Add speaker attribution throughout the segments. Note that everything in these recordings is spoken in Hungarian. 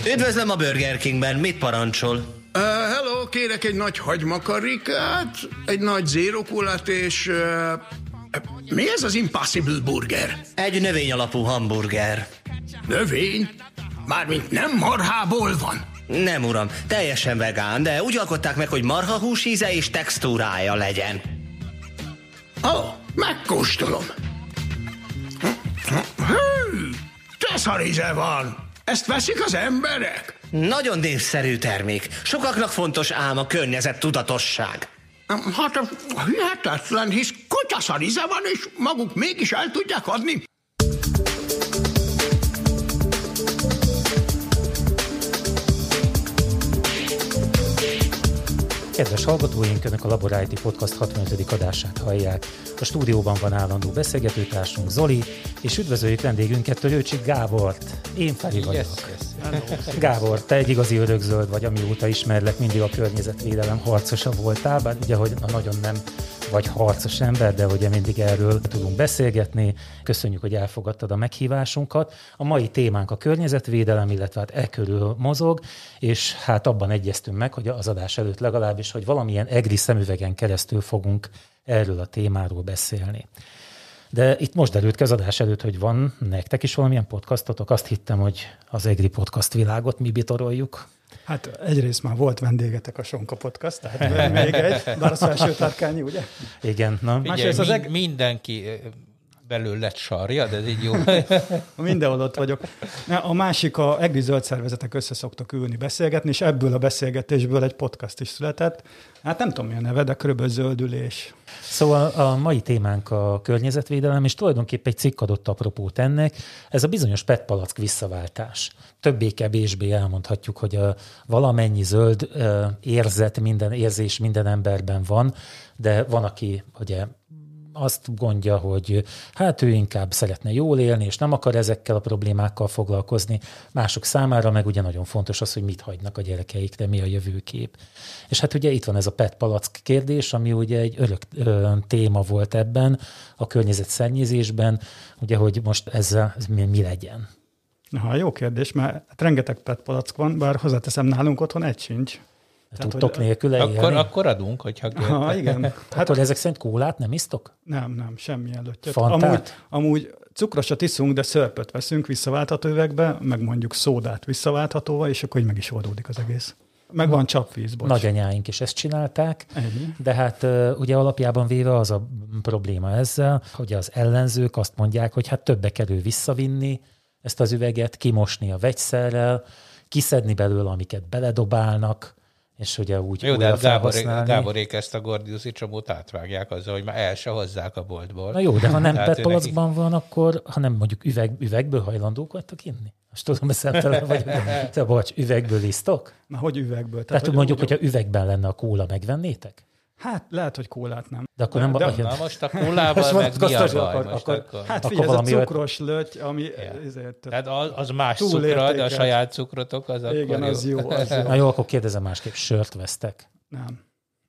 Speaker 1: Üdvözlöm a Burger Kingben, mit parancsol?
Speaker 2: Hello, kérek egy nagy hagymakarikát, egy nagy zero coolát, és... mi ez az Impossible Burger?
Speaker 1: Egy növény alapú hamburger.
Speaker 2: Növény? Mármint nem marhából van?
Speaker 1: Nem, uram, teljesen vegán, de úgy alkották meg, hogy marhahús íze és textúrája legyen.
Speaker 2: Megkóstolom. Hű, de szaríze van. Ezt veszik az emberek?
Speaker 1: Nagyon népszerű termék. Sokaknak fontos ám a környezettudatosság.
Speaker 2: Hát hihetetlen, hisz kutyaszaríze van, és maguk mégis el tudják adni.
Speaker 3: Kedves hallgatóink, Önök a Labor IT Podcast 65. adását hallják. A stúdióban van állandó beszélgetőtársunk Zoli, és üdvözöljük vendégünket, Törőcsik Gábort. Én Feri vagyok. Gábor, te egy igazi örökzöld vagy, amióta ismerlek, mindig a környezetvédelem harcosa voltál, bár ugye, hogy nagyon nem vagy harcos ember, de ugye mindig erről tudunk beszélgetni. Köszönjük, hogy elfogadtad a meghívásunkat. A mai témánk a környezetvédelem, illetve hát e körül mozog, és hát abban egyeztünk meg, hogy az adás előtt legalábbis, hogy valamilyen EGRI szemüvegen keresztül fogunk erről a témáról beszélni. De itt most derült ki az adás előtt, hogy van nektek is valamilyen podcastotok. Azt hittem, hogy az EGRI podcast világot mi bitoroljuk.
Speaker 4: Hát egyrészt már volt vendégetek a Sonka Podcast, tehát még egy, bár az felső tárkányi, ugye?
Speaker 3: Igen. Na.
Speaker 5: Figyelj, mindenki belül lett sarja, de ez így jó.
Speaker 4: Mindenhol ott vagyok. A másik, a EGRI zöld szervezetek össze szoktak ülni, beszélgetni, és ebből a beszélgetésből egy podcast is született. Hát nem tudom, mi a neve, de körülbelül zöldülés.
Speaker 3: Szóval a mai témánk a környezetvédelem, és tulajdonképpen egy cikk adott apropót ennek. Ez a bizonyos PET palack visszaváltás. Többé-kevésbé elmondhatjuk, hogy valamennyi zöld érzet, minden érzés minden emberben van, de van, aki ugye azt gondja, hogy hát ő inkább szeretne jól élni, és nem akar ezekkel a problémákkal foglalkozni. Mások számára meg ugye nagyon fontos az, hogy mit hagynak a gyerekeikre, mi a jövőkép. És hát ugye itt van ez a PET palack kérdés, ami ugye egy örök téma volt ebben, a környezetszennyezésben, ugye, hogy most ezzel mi legyen.
Speaker 4: Jó kérdés, mert hát rengeteg PET palack van, bár hozzáteszem, nálunk otthon egy sincs.
Speaker 3: Tudtok nélküle élni?
Speaker 5: Akkor adunk, hogyha kell.
Speaker 4: Igen.
Speaker 3: Hát, hogy ezek szerint kólát nem isztok?
Speaker 4: Nem, semmilyen löttyöt.
Speaker 3: Fantát?
Speaker 4: Amúgy cukrosat iszunk, de szörpöt veszünk visszaváltható üvegbe, meg mondjuk szódát visszaválthatóval, és akkor így meg is oldódik az egész. Meg van csapvíz, bocs.
Speaker 3: Nagyanyáink is ezt csinálták, de hát ugye alapjában véve az a probléma ezzel, hogy az ellenzők azt mondják, hogy hát többe kerül visszavinni ezt az üveget, kimosni a vegyszerrel, kiszedni belőle, amiket beledobálnak, és ugye úgy
Speaker 5: jó,
Speaker 3: újra
Speaker 5: de
Speaker 3: felhasználni.
Speaker 5: Gáborék ezt a gordiuszi csomót átvágják azzal, hogy már el se hozzák a boltból.
Speaker 3: Na jó, de ha nem PET palackban van, akkor, ha nem mondjuk üvegből hajlandók vagytok inni? Most tudom, eszeltelen vagyok. Bocs, üvegből isztok?
Speaker 4: Na, hogy üvegből?
Speaker 3: Tehát mondjuk, hogyha üvegben lenne a kóla, megvennétek?
Speaker 4: Hát lehet, hogy kólát nem.
Speaker 3: De akkor nem...
Speaker 5: Na most a kólával meg mi a baj?
Speaker 4: Hát figyelj, ez a cukros löty, ami...
Speaker 5: Tehát az más cukra, de a saját cukrotok az akkor
Speaker 4: igen, az jó.
Speaker 3: Na jó, akkor kérdezem másképp, sört vesztek?
Speaker 4: Nem.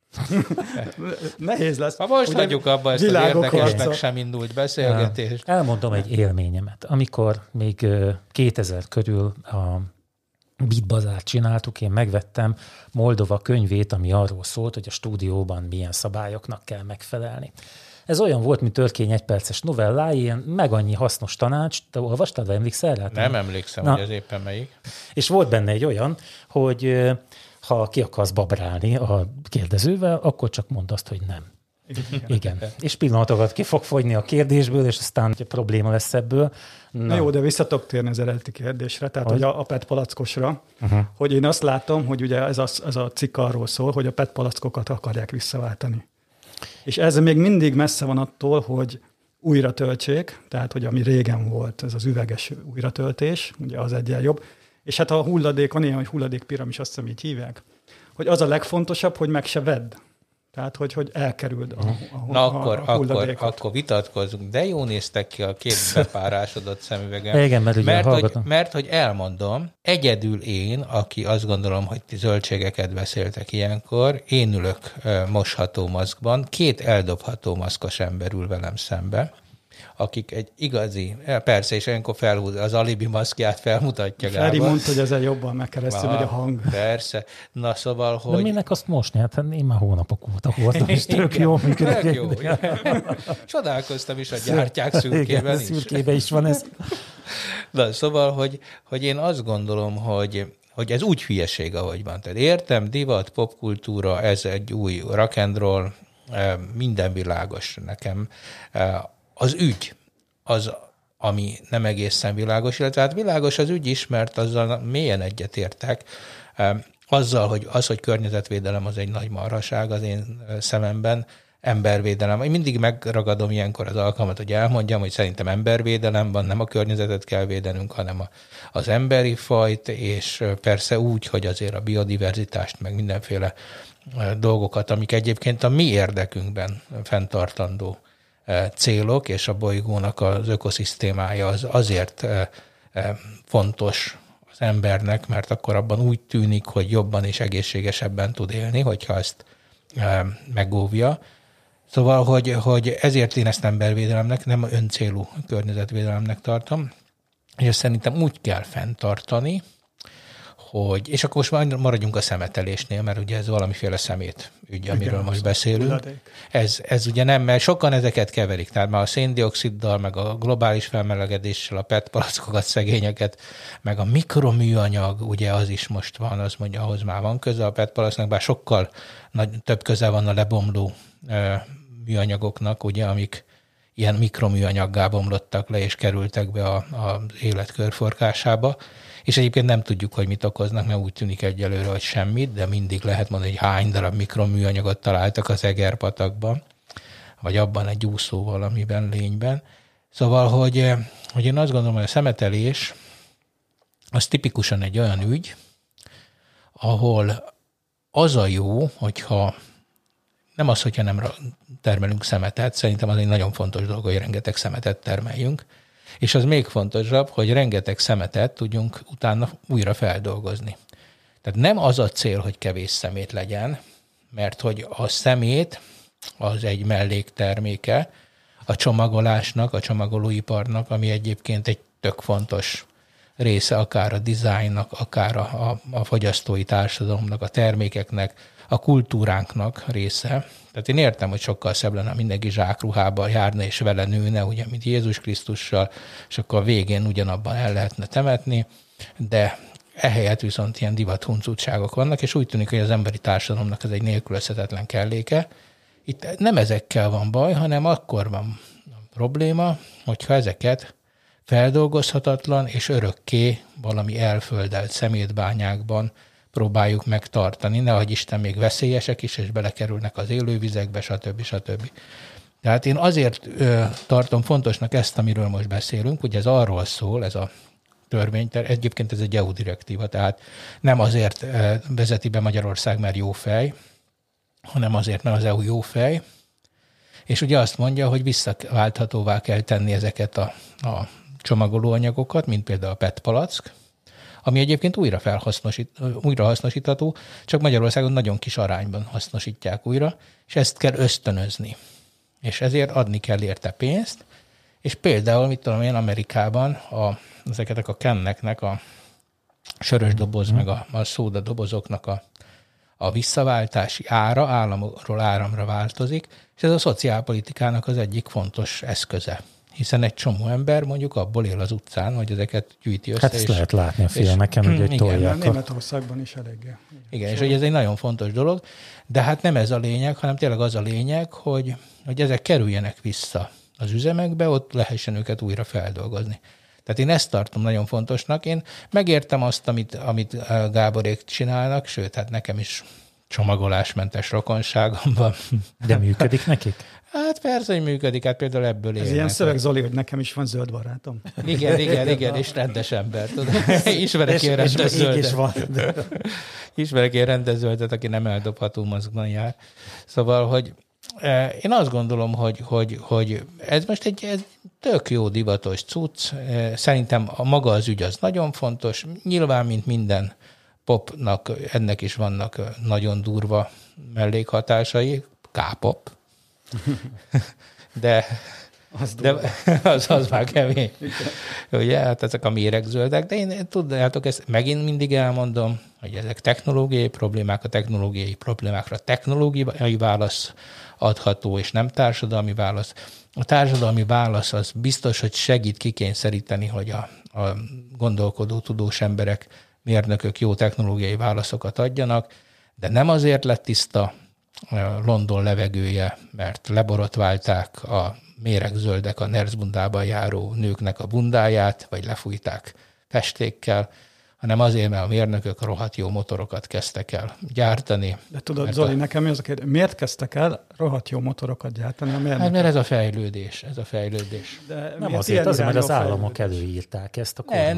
Speaker 4: Nehéz lesz.
Speaker 5: Ha most hagyjuk abba ezt az érdekesnek sem indult beszélgetést.
Speaker 3: Elmondom egy élményemet. Amikor még 2000 körül a Bitbazárt csináltuk, én megvettem Moldova könyvét, ami arról szólt, hogy a stúdióban milyen szabályoknak kell megfelelni. Ez olyan volt, mint Törkény egyperces novellái, ilyen meg annyi hasznos tanács. Te olvastad, emlékszel rá?
Speaker 5: Nem emlékszem, hogy ez éppen melyik.
Speaker 3: És volt benne egy olyan, hogy ha ki akarsz babrálni a kérdezővel, akkor csak mondd azt, hogy nem. Igen. És pillanatokat ki fog fogyni a kérdésből, és aztán probléma lesz ebből.
Speaker 4: Na jó, de vissza tudok térni az eredeti kérdésre, tehát hogy a PET palackosra, hogy én azt látom, hogy ugye ez a cikk arról szól, hogy a PET palackokat akarják visszaváltani. És ez még mindig messze van attól, hogy újra töltsék, tehát hogy ami régen volt, ez az üveges újratöltés, ugye az egyen jobb. És hát a hulladék, van ilyen, hogy hulladékpiramis, azt hiszem így hívják, hogy az a legfontosabb, hogy meg se vedd. Tehát, hogy elkerüld a hulladékot.
Speaker 5: Akkor vitatkozzunk. De jó néztek ki a két bepárásodott szemüvegem.
Speaker 3: Igen,
Speaker 5: mert hogy elmondom, egyedül én, aki azt gondolom, hogy ti zöldségeket beszéltek ilyenkor, én ülök mosható maszkban, két eldobható maszkos ember ül velem szembe, akik egy igazi, persze, és olyankor felhúz, az alibi maszkját felmutatja Gábor.
Speaker 4: Feri mondta, hogy ezzel jobban megkeresztül megy a hang.
Speaker 5: Persze. Na szóval, hogy...
Speaker 3: De minek azt mosni? Hát én már hónapok óta hordom, és tök jó működik.
Speaker 5: Tök jó. Csodálkoztam is a gyártyák szürkében is.
Speaker 3: Szürkében is van ez.
Speaker 5: Na, szóval, hogy én azt gondolom, hogy ez úgy hülyeség, ahogy van. Tehát értem, divat, popkultúra, ez egy új rock and roll, minden világos nekem. Az ügy az, ami nem egészen világos, illetve hát világos az ügy is, mert azzal mélyen egyetértek. Azzal, hogy környezetvédelem az egy nagy marhaság az én szememben, embervédelem. Én mindig megragadom ilyenkor az alkalmat, hogy elmondjam, hogy szerintem embervédelem van, nem a környezetet kell védenünk, hanem az emberi fajt, és persze úgy, hogy azért a biodiverzitást, meg mindenféle dolgokat, amik egyébként a mi érdekünkben fenntartandó célok, és a bolygónak az ökoszisztémája az azért fontos az embernek, mert akkor abban úgy tűnik, hogy jobban és egészségesebben tud élni, hogyha ezt megóvja. Szóval, hogy ezért én ezt embervédelemnek, nem öncélú környezetvédelemnek tartom, és ezt szerintem úgy kell fenntartani, hogy, és akkor most maradjunk a szemetelésnél, mert ugye ez valamiféle szemét ügy, amiről most beszélünk. Ez ugye nem, mert sokan ezeket keverik, tehát már a széndioxiddal, meg a globális felmelegedéssel, a PET palackokat, szegényeket, meg a mikroműanyag, ugye az is most van, az mondja, ahhoz már van köze a PET palacknak, bár sokkal több köze van a lebomló műanyagoknak, ugye, amik ilyen mikroműanyaggá bomlottak le, és kerültek be az élet körforgásába. És egyébként nem tudjuk, hogy mit okoznak, mert úgy tűnik egyelőre, hogy semmit, de mindig lehet mondani, hogy hány darab mikroműanyagot találtak az Egerpatakban, vagy abban egy úszó valamiben, lényben. Szóval, hogy én azt gondolom, hogy a szemetelés az tipikusan egy olyan ügy, ahol az a jó, hogyha nem az, hogyha nem termelünk szemetet, szerintem az egy nagyon fontos dolog, hogy rengeteg szemetet termeljünk, és az még fontosabb, hogy rengeteg szemetet tudjunk utána újra feldolgozni. Tehát nem az a cél, hogy kevés szemét legyen, mert hogy a szemét az egy mellékterméke a csomagolásnak, a csomagolóiparnak, ami egyébként egy tök fontos része akár a dizájnnak, akár a fogyasztói társadalomnak, a termékeknek, a kultúránknak része. Tehát én értem, hogy sokkal szebb lenne, mindenki zsákruhában járna és vele nőne, ugye, mint Jézus Krisztussal, és akkor a végén ugyanabban el lehetne temetni, de ehelyett viszont ilyen divathuncutságok vannak, és úgy tűnik, hogy az emberi társadalomnak ez egy nélkülözhetetlen kelléke. Itt nem ezekkel van baj, hanem akkor van probléma, hogyha ezeket feldolgozhatatlan és örökké valami elföldelt szemétbányákban próbáljuk megtartani, nehogy Isten még veszélyesek is, és belekerülnek az élővizekbe, stb. Tehát én azért tartom fontosnak ezt, amiről most beszélünk, hogy ez arról szól, ez a törvény, egyébként ez egy EU direktíva, tehát nem azért vezeti be Magyarország, mert jó fej, hanem azért, mert az EU jó fej, és ugye azt mondja, hogy visszaválthatóvá kell tenni ezeket a csomagolóanyagokat, mint például a PET palack, ami egyébként újra hasznosítható, csak Magyarországon nagyon kis arányban hasznosítják újra, és ezt kell ösztönözni. És ezért adni kell érte pénzt, és például, mit tudom én, Amerikában ezeknek a kenneknek, a sörös doboz, meg a szóda dobozoknak a visszaváltási ára államról áramra változik, és ez a szociálpolitikának az egyik fontos eszköze. Hiszen egy csomó ember mondjuk abból él az utcán, hogy ezeket gyűjti össze.
Speaker 3: Hát ezt lehet látni a filmeken, hogy tolják.
Speaker 4: Németországban is eléggé.
Speaker 5: Igen, és hogy ez egy nagyon fontos dolog, de hát nem ez a lényeg, hanem tényleg az a lényeg, hogy ezek kerüljenek vissza az üzemekbe, ott lehessen őket újra feldolgozni. Tehát én ezt tartom nagyon fontosnak. Én megértem azt, amit Gáborék csinálnak, sőt, hát nekem is csomagolásmentes rokonságom van.
Speaker 3: De működik nekik?
Speaker 5: Hát persze, hogy működik, hát például ebből élnek.
Speaker 4: Ez ilyen szöveg, Zoli, hogy nekem is van zöld barátom.
Speaker 5: Igen, és rendes ember, tudod. Ismerek ilyen rendes zöldet. Ismerek ilyen rendes zöldet, aki nem eldobható maszkban jár. Szóval, hogy én azt gondolom, hogy ez most egy tök jó divatos cucc. Szerintem maga az ügy az nagyon fontos. Nyilván, mint minden popnak, ennek is vannak nagyon durva mellékhatásai. K-pop. Az már kemény. Ugye, hát ezek a méregzöldek, de én tudjátok, ezt megint mindig elmondom, hogy ezek technológiai problémák, a technológiai problémákra technológiai válasz adható, és nem társadalmi válasz. A társadalmi válasz az biztos, hogy segít kikényszeríteni, hogy a gondolkodó, tudós emberek, mérnökök jó technológiai válaszokat adjanak, de nem azért lett tiszta London levegője, mert leborotválták a méregzöldek a Nerzbundában járó nőknek a bundáját, vagy lefújták festékkel, hanem azért, mert a mérnökök rohadt jó motorokat kezdtek el gyártani.
Speaker 4: De tudod, Zoli, nekem mi az a kérdés, miért kezdtek el rohadt jó motorokat gyártani a mérnökök?
Speaker 5: Hát mert ez a fejlődés.
Speaker 4: De
Speaker 3: nem azért, mert az államok előírták ezt a kormányt.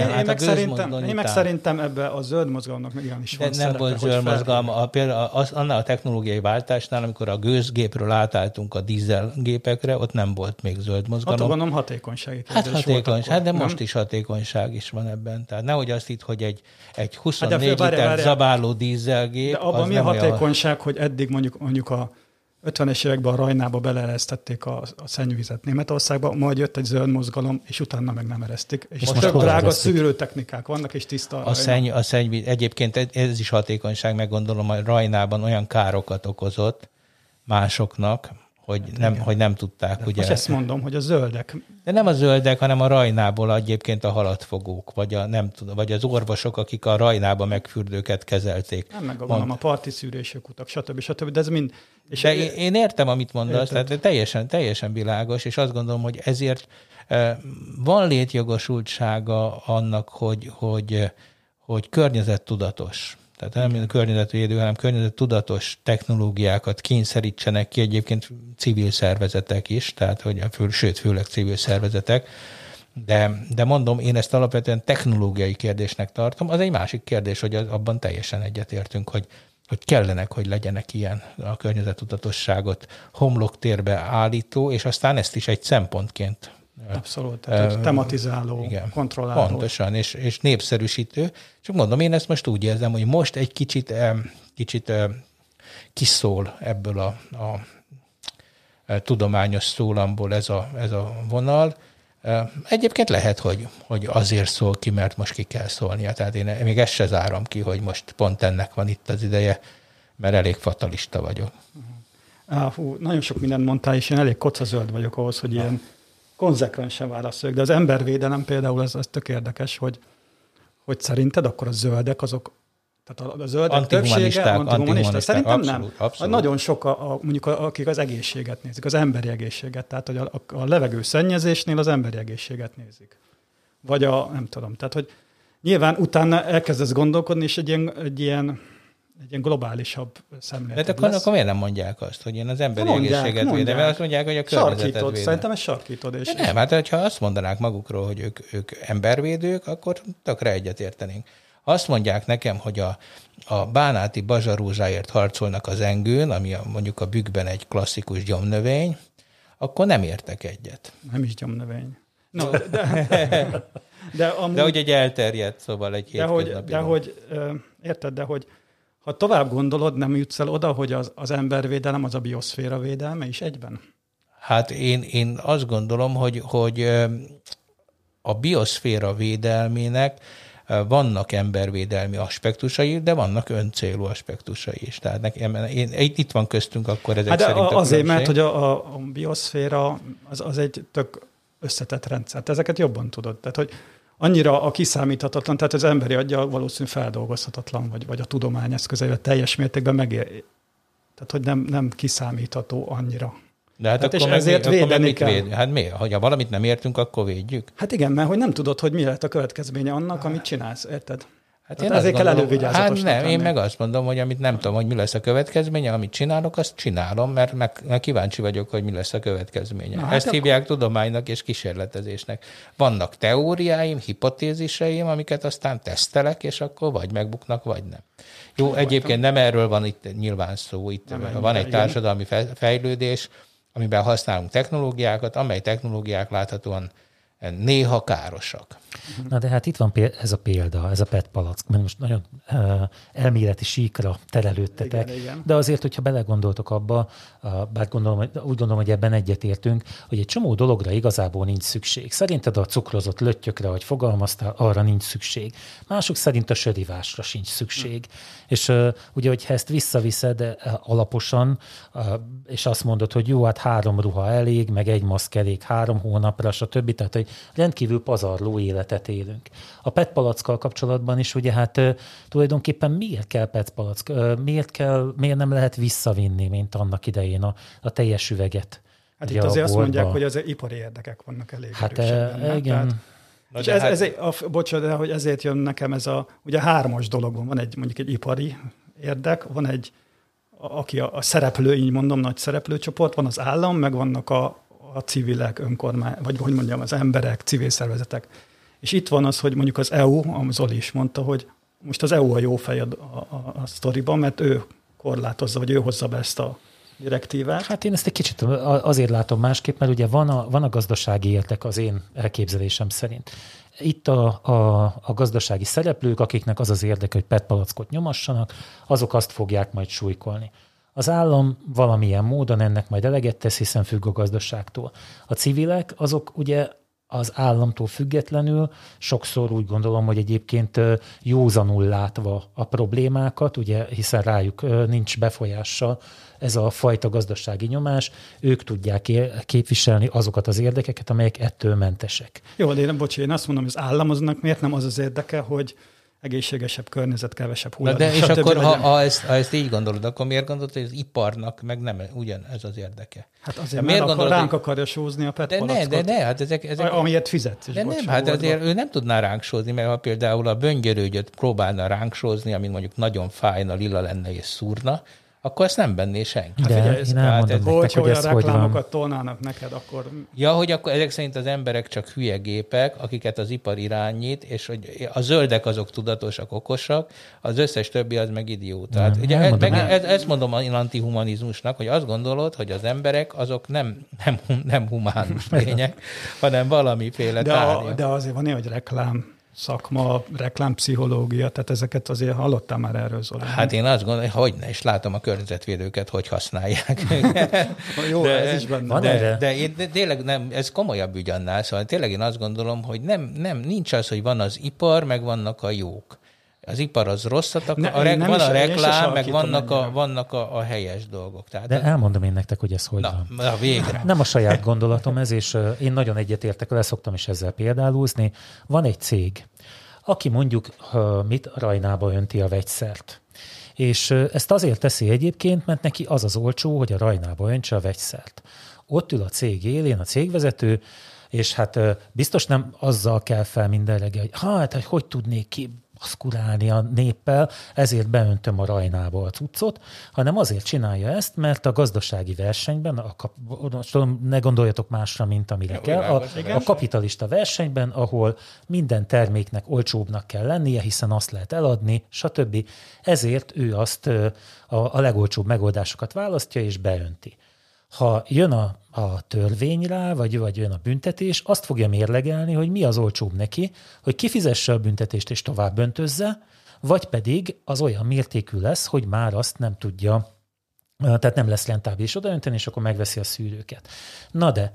Speaker 4: Én meg szerintem ebbe a zöld mozgalomnak még olyan is van
Speaker 5: szerepe. Nem volt zöld mozgalom. Például annál a technológiai váltásnál, amikor a gőzgépről átálltunk a dízelgépekre, ott nem volt még zöld mozgalom.
Speaker 4: Ott gondolom hatékonysági kérdés
Speaker 5: volt. De most is hatékonyság is van ebben. Tehát nehogy azt itt, hogy egy 24 liter zabáló dízelgép.
Speaker 4: De abban mi a hatékonyság, hogy eddig mondjuk a 50-es években a Rajnába beleeresztették a szennyvizet Németországba, majd jött egy zöld mozgalom, és utána meg nem eresztik. És most tök drága szűrőtechnikák vannak, és tiszta
Speaker 5: a szennyvíz. Egyébként ez is hatékonyság, meg gondolom, a Rajnában olyan károkat okozott másoknak, hogy nem tudták. Ugye.
Speaker 4: Most ezt mondom, hogy a zöldek.
Speaker 5: De nem a zöldek, hanem a Rajnából egyébként a halatfogók, vagy az orvosok, akik a Rajnába megfürdőket kezelték.
Speaker 4: Nem megoldom, a parti szűrések utak, stb. De ez mind...
Speaker 5: És de én értem, amit mondasz, tehát teljesen világos, és azt gondolom, hogy ezért van létjogosultsága annak, hogy környezettudatos. Tehát nem környezetvédő, hanem környezettudatos technológiákat kényszerítsenek ki egyébként civil szervezetek is, tehát sőt, főleg civil szervezetek. De mondom, én ezt alapvetően technológiai kérdésnek tartom. Az egy másik kérdés, hogy abban teljesen egyetértünk, hogy kellenek, hogy legyenek ilyen a környezettudatosságot homloktérbe állító, és aztán ezt is egy szempontként
Speaker 4: abszolút, tehát tematizáló, igen, kontrolláló.
Speaker 5: Pontosan, és népszerűsítő. Csak mondom, én ezt most úgy érzem, hogy most egy kicsit kiszól ebből a tudományos szólamból ez a vonal. Egyébként lehet, hogy azért szól ki, mert most ki kell szólnia. Tehát én még ezt se zárom ki, hogy most pont ennek van itt az ideje, mert elég fatalista vagyok.
Speaker 4: Nagyon sok mindent mondtál, és én elég kocazöld vagyok ahhoz, hogy ilyen konzekvensen válaszoljak. De az embervédelem például, ez tök érdekes, hogy szerinted akkor a zöldek azok, tehát a zöldek többsége antihumanisták. Szerintem abszolút, nem. Abszolút. Nagyon sok mondjuk akik az egészséget nézik, az emberi egészséget, tehát hogy a levegő szennyezésnél az emberi egészséget nézik. Vagy nem tudom, tehát hogy nyilván utána elkezdesz gondolkodni, és egy ilyen globálisabb szemléleted
Speaker 5: lesz. De akkor miért nem mondják azt, hogy én az emberi egészséget védem, mert azt mondják, hogy a környezetet védem.
Speaker 4: Szerintem ez sarkítod. És
Speaker 5: nem, hát ha azt mondanák magukról, hogy ők embervédők, akkor tökre egyetértenénk. Ha azt mondják nekem, hogy a bánáti bazsarózsáért harcolnak az engőn, ami mondjuk a bükkben egy klasszikus gyomnövény, akkor nem értek egyet.
Speaker 4: Nem is gyomnövény. No,
Speaker 5: de hogy egy elterjedt, szóval egy hétköznapi.
Speaker 4: Érted, de hogy ha tovább gondolod, nem jutsz el oda, hogy az embervédelem az a bioszféra védelme is egyben?
Speaker 5: Hát én azt gondolom, hogy a bioszféra védelmének vannak embervédelmi aspektusai, de vannak öncélú aspektusai is. Tehát itt van köztünk akkor ezek szerint a
Speaker 4: azért, mert hogy a bioszféra az egy tök összetett rendszer. Te ezeket jobban tudod. Tehát, hogy annyira a kiszámíthatatlan, tehát az emberi agya valószínűleg feldolgozhatatlan, vagy a tudomány eszközeivel teljes mértékben tehát, hogy nem kiszámítható annyira.
Speaker 5: De hát akkor ezért védeni kell. Hát miért? Ha valamit nem értünk, akkor védjük.
Speaker 4: Hát igen, mert hogy nem tudod, hogy mi lehet a következménye annak, amit csinálsz, érted? Hát én ezért kell elővigyázatosnak lenni.
Speaker 5: Én meg azt mondom, hogy amit nem tudom, hogy mi lesz a következménye, amit csinálok, azt csinálom, mert kíváncsi vagyok, hogy mi lesz a következménye. Ezt hívják tudománynak és kísérletezésnek. Vannak teóriáim, hipotéziseim, amiket aztán tesztelek, és akkor vagy megbuknak, vagy nem. Jó, egyébként nem erről van itt nyilván szó. Itt van egy társadalmi fejlődés, amiben használunk technológiákat, amely technológiák láthatóan néha károsak.
Speaker 3: Na de hát itt van ez a példa, ez a PET palack, mert most nagyon elméleti síkra terelődtetek, igen. De azért, hogyha belegondoltok abba, bár úgy gondolom, hogy ebben egyetértünk, hogy egy csomó dologra igazából nincs szükség. Szerinted a cukrozott löttyökre, ahogy fogalmaztál, arra nincs szükség. Mások szerint a sörivásra sincs szükség. És ugye, hogyha ezt visszaviszed alaposan, és azt mondod, hogy jó, hát 3 ruha elég, meg 1 maszk elég 3 hónapra, stb. Tehát, hogy rendkívül pazarló életet élünk. A PET palackkal kapcsolatban is ugye hát tulajdonképpen miért kell PET palack? Miért nem lehet visszavinni, mint annak idején a teljes üveget?
Speaker 4: Hát itt azért azt mondják, hogy az ipari érdekek vannak elég
Speaker 3: hát
Speaker 4: erősen.
Speaker 3: Igen.
Speaker 4: Bocsánat, hogy ezért jön nekem ez ugye 3-as dologban van mondjuk egy ipari érdek, van egy, aki a szereplő, így mondom, nagy szereplőcsoport, van az állam, meg vannak a civilek, önkormány, vagy hogy mondjam, az emberek, civil szervezetek. És itt van az, hogy mondjuk az EU, amit Zoli is mondta, hogy most az EU a jó fej a sztoriban, mert ő korlátozza, vagy ő hozza be ezt a direktívát.
Speaker 3: Hát én ezt egy kicsit azért látom másképp, mert ugye van a gazdasági érdek az én elképzelésem szerint. Itt a gazdasági szereplők, akiknek az érdeke, hogy PET palackot nyomassanak, azok azt fogják majd súlykolni. Az állam valamilyen módon ennek majd eleget tesz, hiszen függ a gazdaságtól. A civilek, azok ugye az államtól függetlenül sokszor úgy gondolom, hogy egyébként józanul látva a problémákat, ugye, hiszen rájuk nincs befolyással ez a fajta gazdasági nyomás, ők tudják képviselni azokat az érdekeket, amelyek ettől mentesek.
Speaker 4: Jó, de én azt mondom, hogy az államoznak miért nem az az érdeke, hogy egészségesebb környezet, kevesebb hulladék.
Speaker 5: De és akkor, ha ezt így gondolod, akkor miért gondolod, hogy az iparnak meg nem ugyanez az érdeke?
Speaker 4: Hát azért, mert ránk akarja sózni a PET palackot.
Speaker 5: De hát ezek...
Speaker 4: Amiért fizetsz.
Speaker 5: De nem, hát azért ő nem tudná ránk sózni, mert ha például a böngyörőgyöt próbálna ránk sózni, ami mondjuk nagyon fájna, lila lenne és szúrna, akkor ezt nem venné senki.
Speaker 3: De hát én elmondom nektek, hogy ez hogy
Speaker 4: reklámokat tolnának neked, akkor...
Speaker 5: Ja, hogy akkor ezek szerint az emberek csak hülye gépek, akiket az ipar irányít, és hogy a zöldek azok tudatosak, okosak, az összes többi az meg idióta. Hát, ugye ezt mondom az antihumanizmusnak, hogy azt gondolod, hogy az emberek azok nem humánus lények, hanem valamiféle tárgyak.
Speaker 4: De azért van ilyen, hogy reklám szakma, reklámpszichológia, tehát ezeket azért hallottál már erről, Zoli?
Speaker 5: Hát én azt gondolom, hogy ne, és látom a környezetvédőket, hogy használják.
Speaker 4: Jó, ez is benne.
Speaker 5: De én tényleg nem, ez komolyabb ügy annál, szóval tényleg én azt gondolom, hogy nincs az, hogy van az ipar, meg vannak a jók. Az ipar az rosszat, van a reklám, meg vannak a helyes dolgok. Tehát
Speaker 3: de elmondom én nektek, hogy ez hogy van.
Speaker 5: Na, végre.
Speaker 3: Nem a saját gondolatom ez, és én nagyon egyetértek, leszoktam is ezzel példálúzni. Van egy cég, aki mondjuk Rajnába önti a vegyszert. És ezt azért teszi egyébként, mert neki az az olcsó, hogy a Rajnába öntse a vegyszert. Ott ül a cég élén a cégvezető, és hát biztos nem azzal kell fel minden reggel, hogy hogy tudnék ki baszkurálni a néppel, ezért beöntöm a Rajnába a cuccot, hanem azért csinálja ezt, mert a gazdasági versenyben, ne gondoljatok másra, mint amire kell, a kapitalista versenyben, ahol minden terméknek olcsóbbnak kell lennie, hiszen azt lehet eladni, stb. Ezért ő azt a legolcsóbb megoldásokat választja és beönti. Ha jön a törvény rá, vagy jön a büntetés, azt fogja mérlegelni, hogy mi az olcsóbb neki, hogy kifizesse a büntetést és tovább öntözze, vagy pedig az olyan mértékű lesz, hogy már azt nem tudja, tehát nem lesz rentábilis odaönteni, és akkor megveszi a szűrőket. Na de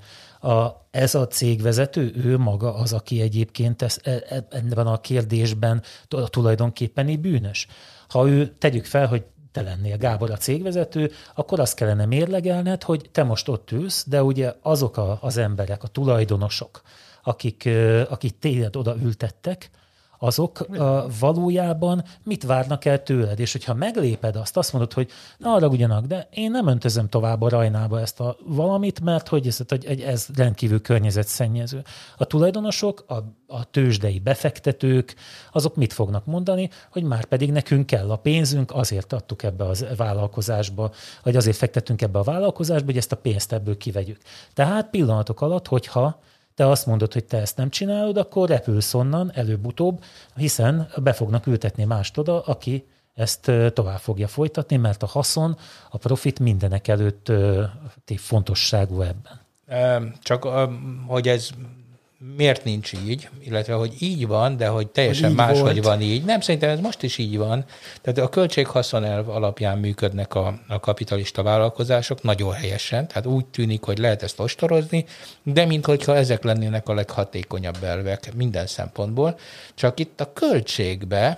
Speaker 3: ez a cégvezető, ő maga az, aki egyébként ebben a kérdésben tulajdonképpen bűnös. Ha ő, tegyük fel, hogy te lennél, Gábor, a cégvezető, akkor azt kellene mérlegelned, hogy te most ott ülsz, de ugye azok az emberek, a tulajdonosok, akik téged oda ültettek, azok valójában mit várnak el tőled? És hogyha megléped azt mondod, hogy arra ugyanak, de én nem öntözöm tovább a Rajnába ezt a valamit, mert hogy ez rendkívül környezetszennyező. A tulajdonosok, a tőzsdei befektetők, azok mit fognak mondani, hogy már pedig nekünk kell a pénzünk, azért adtuk ebbe a vállalkozásba, vagy azért fektettünk ebbe a vállalkozásba, hogy ezt a pénzt ebből kivegyük. Tehát pillanatok alatt, hogyha te azt mondod, hogy te ezt nem csinálod, akkor repülsz onnan előbb-utóbb, hiszen be fognak ültetni mást oda, aki ezt tovább fogja folytatni, mert a haszon, a profit mindenek előtt fontosságú ebben.
Speaker 5: Csak hogy ez miért nincs így, illetve hogy így van, de hogy teljesen
Speaker 4: így
Speaker 5: máshogy
Speaker 4: volt.
Speaker 5: van így. Nem, szerintem ez most is így van. Tehát a költség-haszon elv alapján működnek a kapitalista vállalkozások nagyon helyesen, tehát úgy tűnik, hogy lehet ezt ostorozni, de minthogyha ezek lennének a leghatékonyabb elvek minden szempontból. Csak itt a költségbe,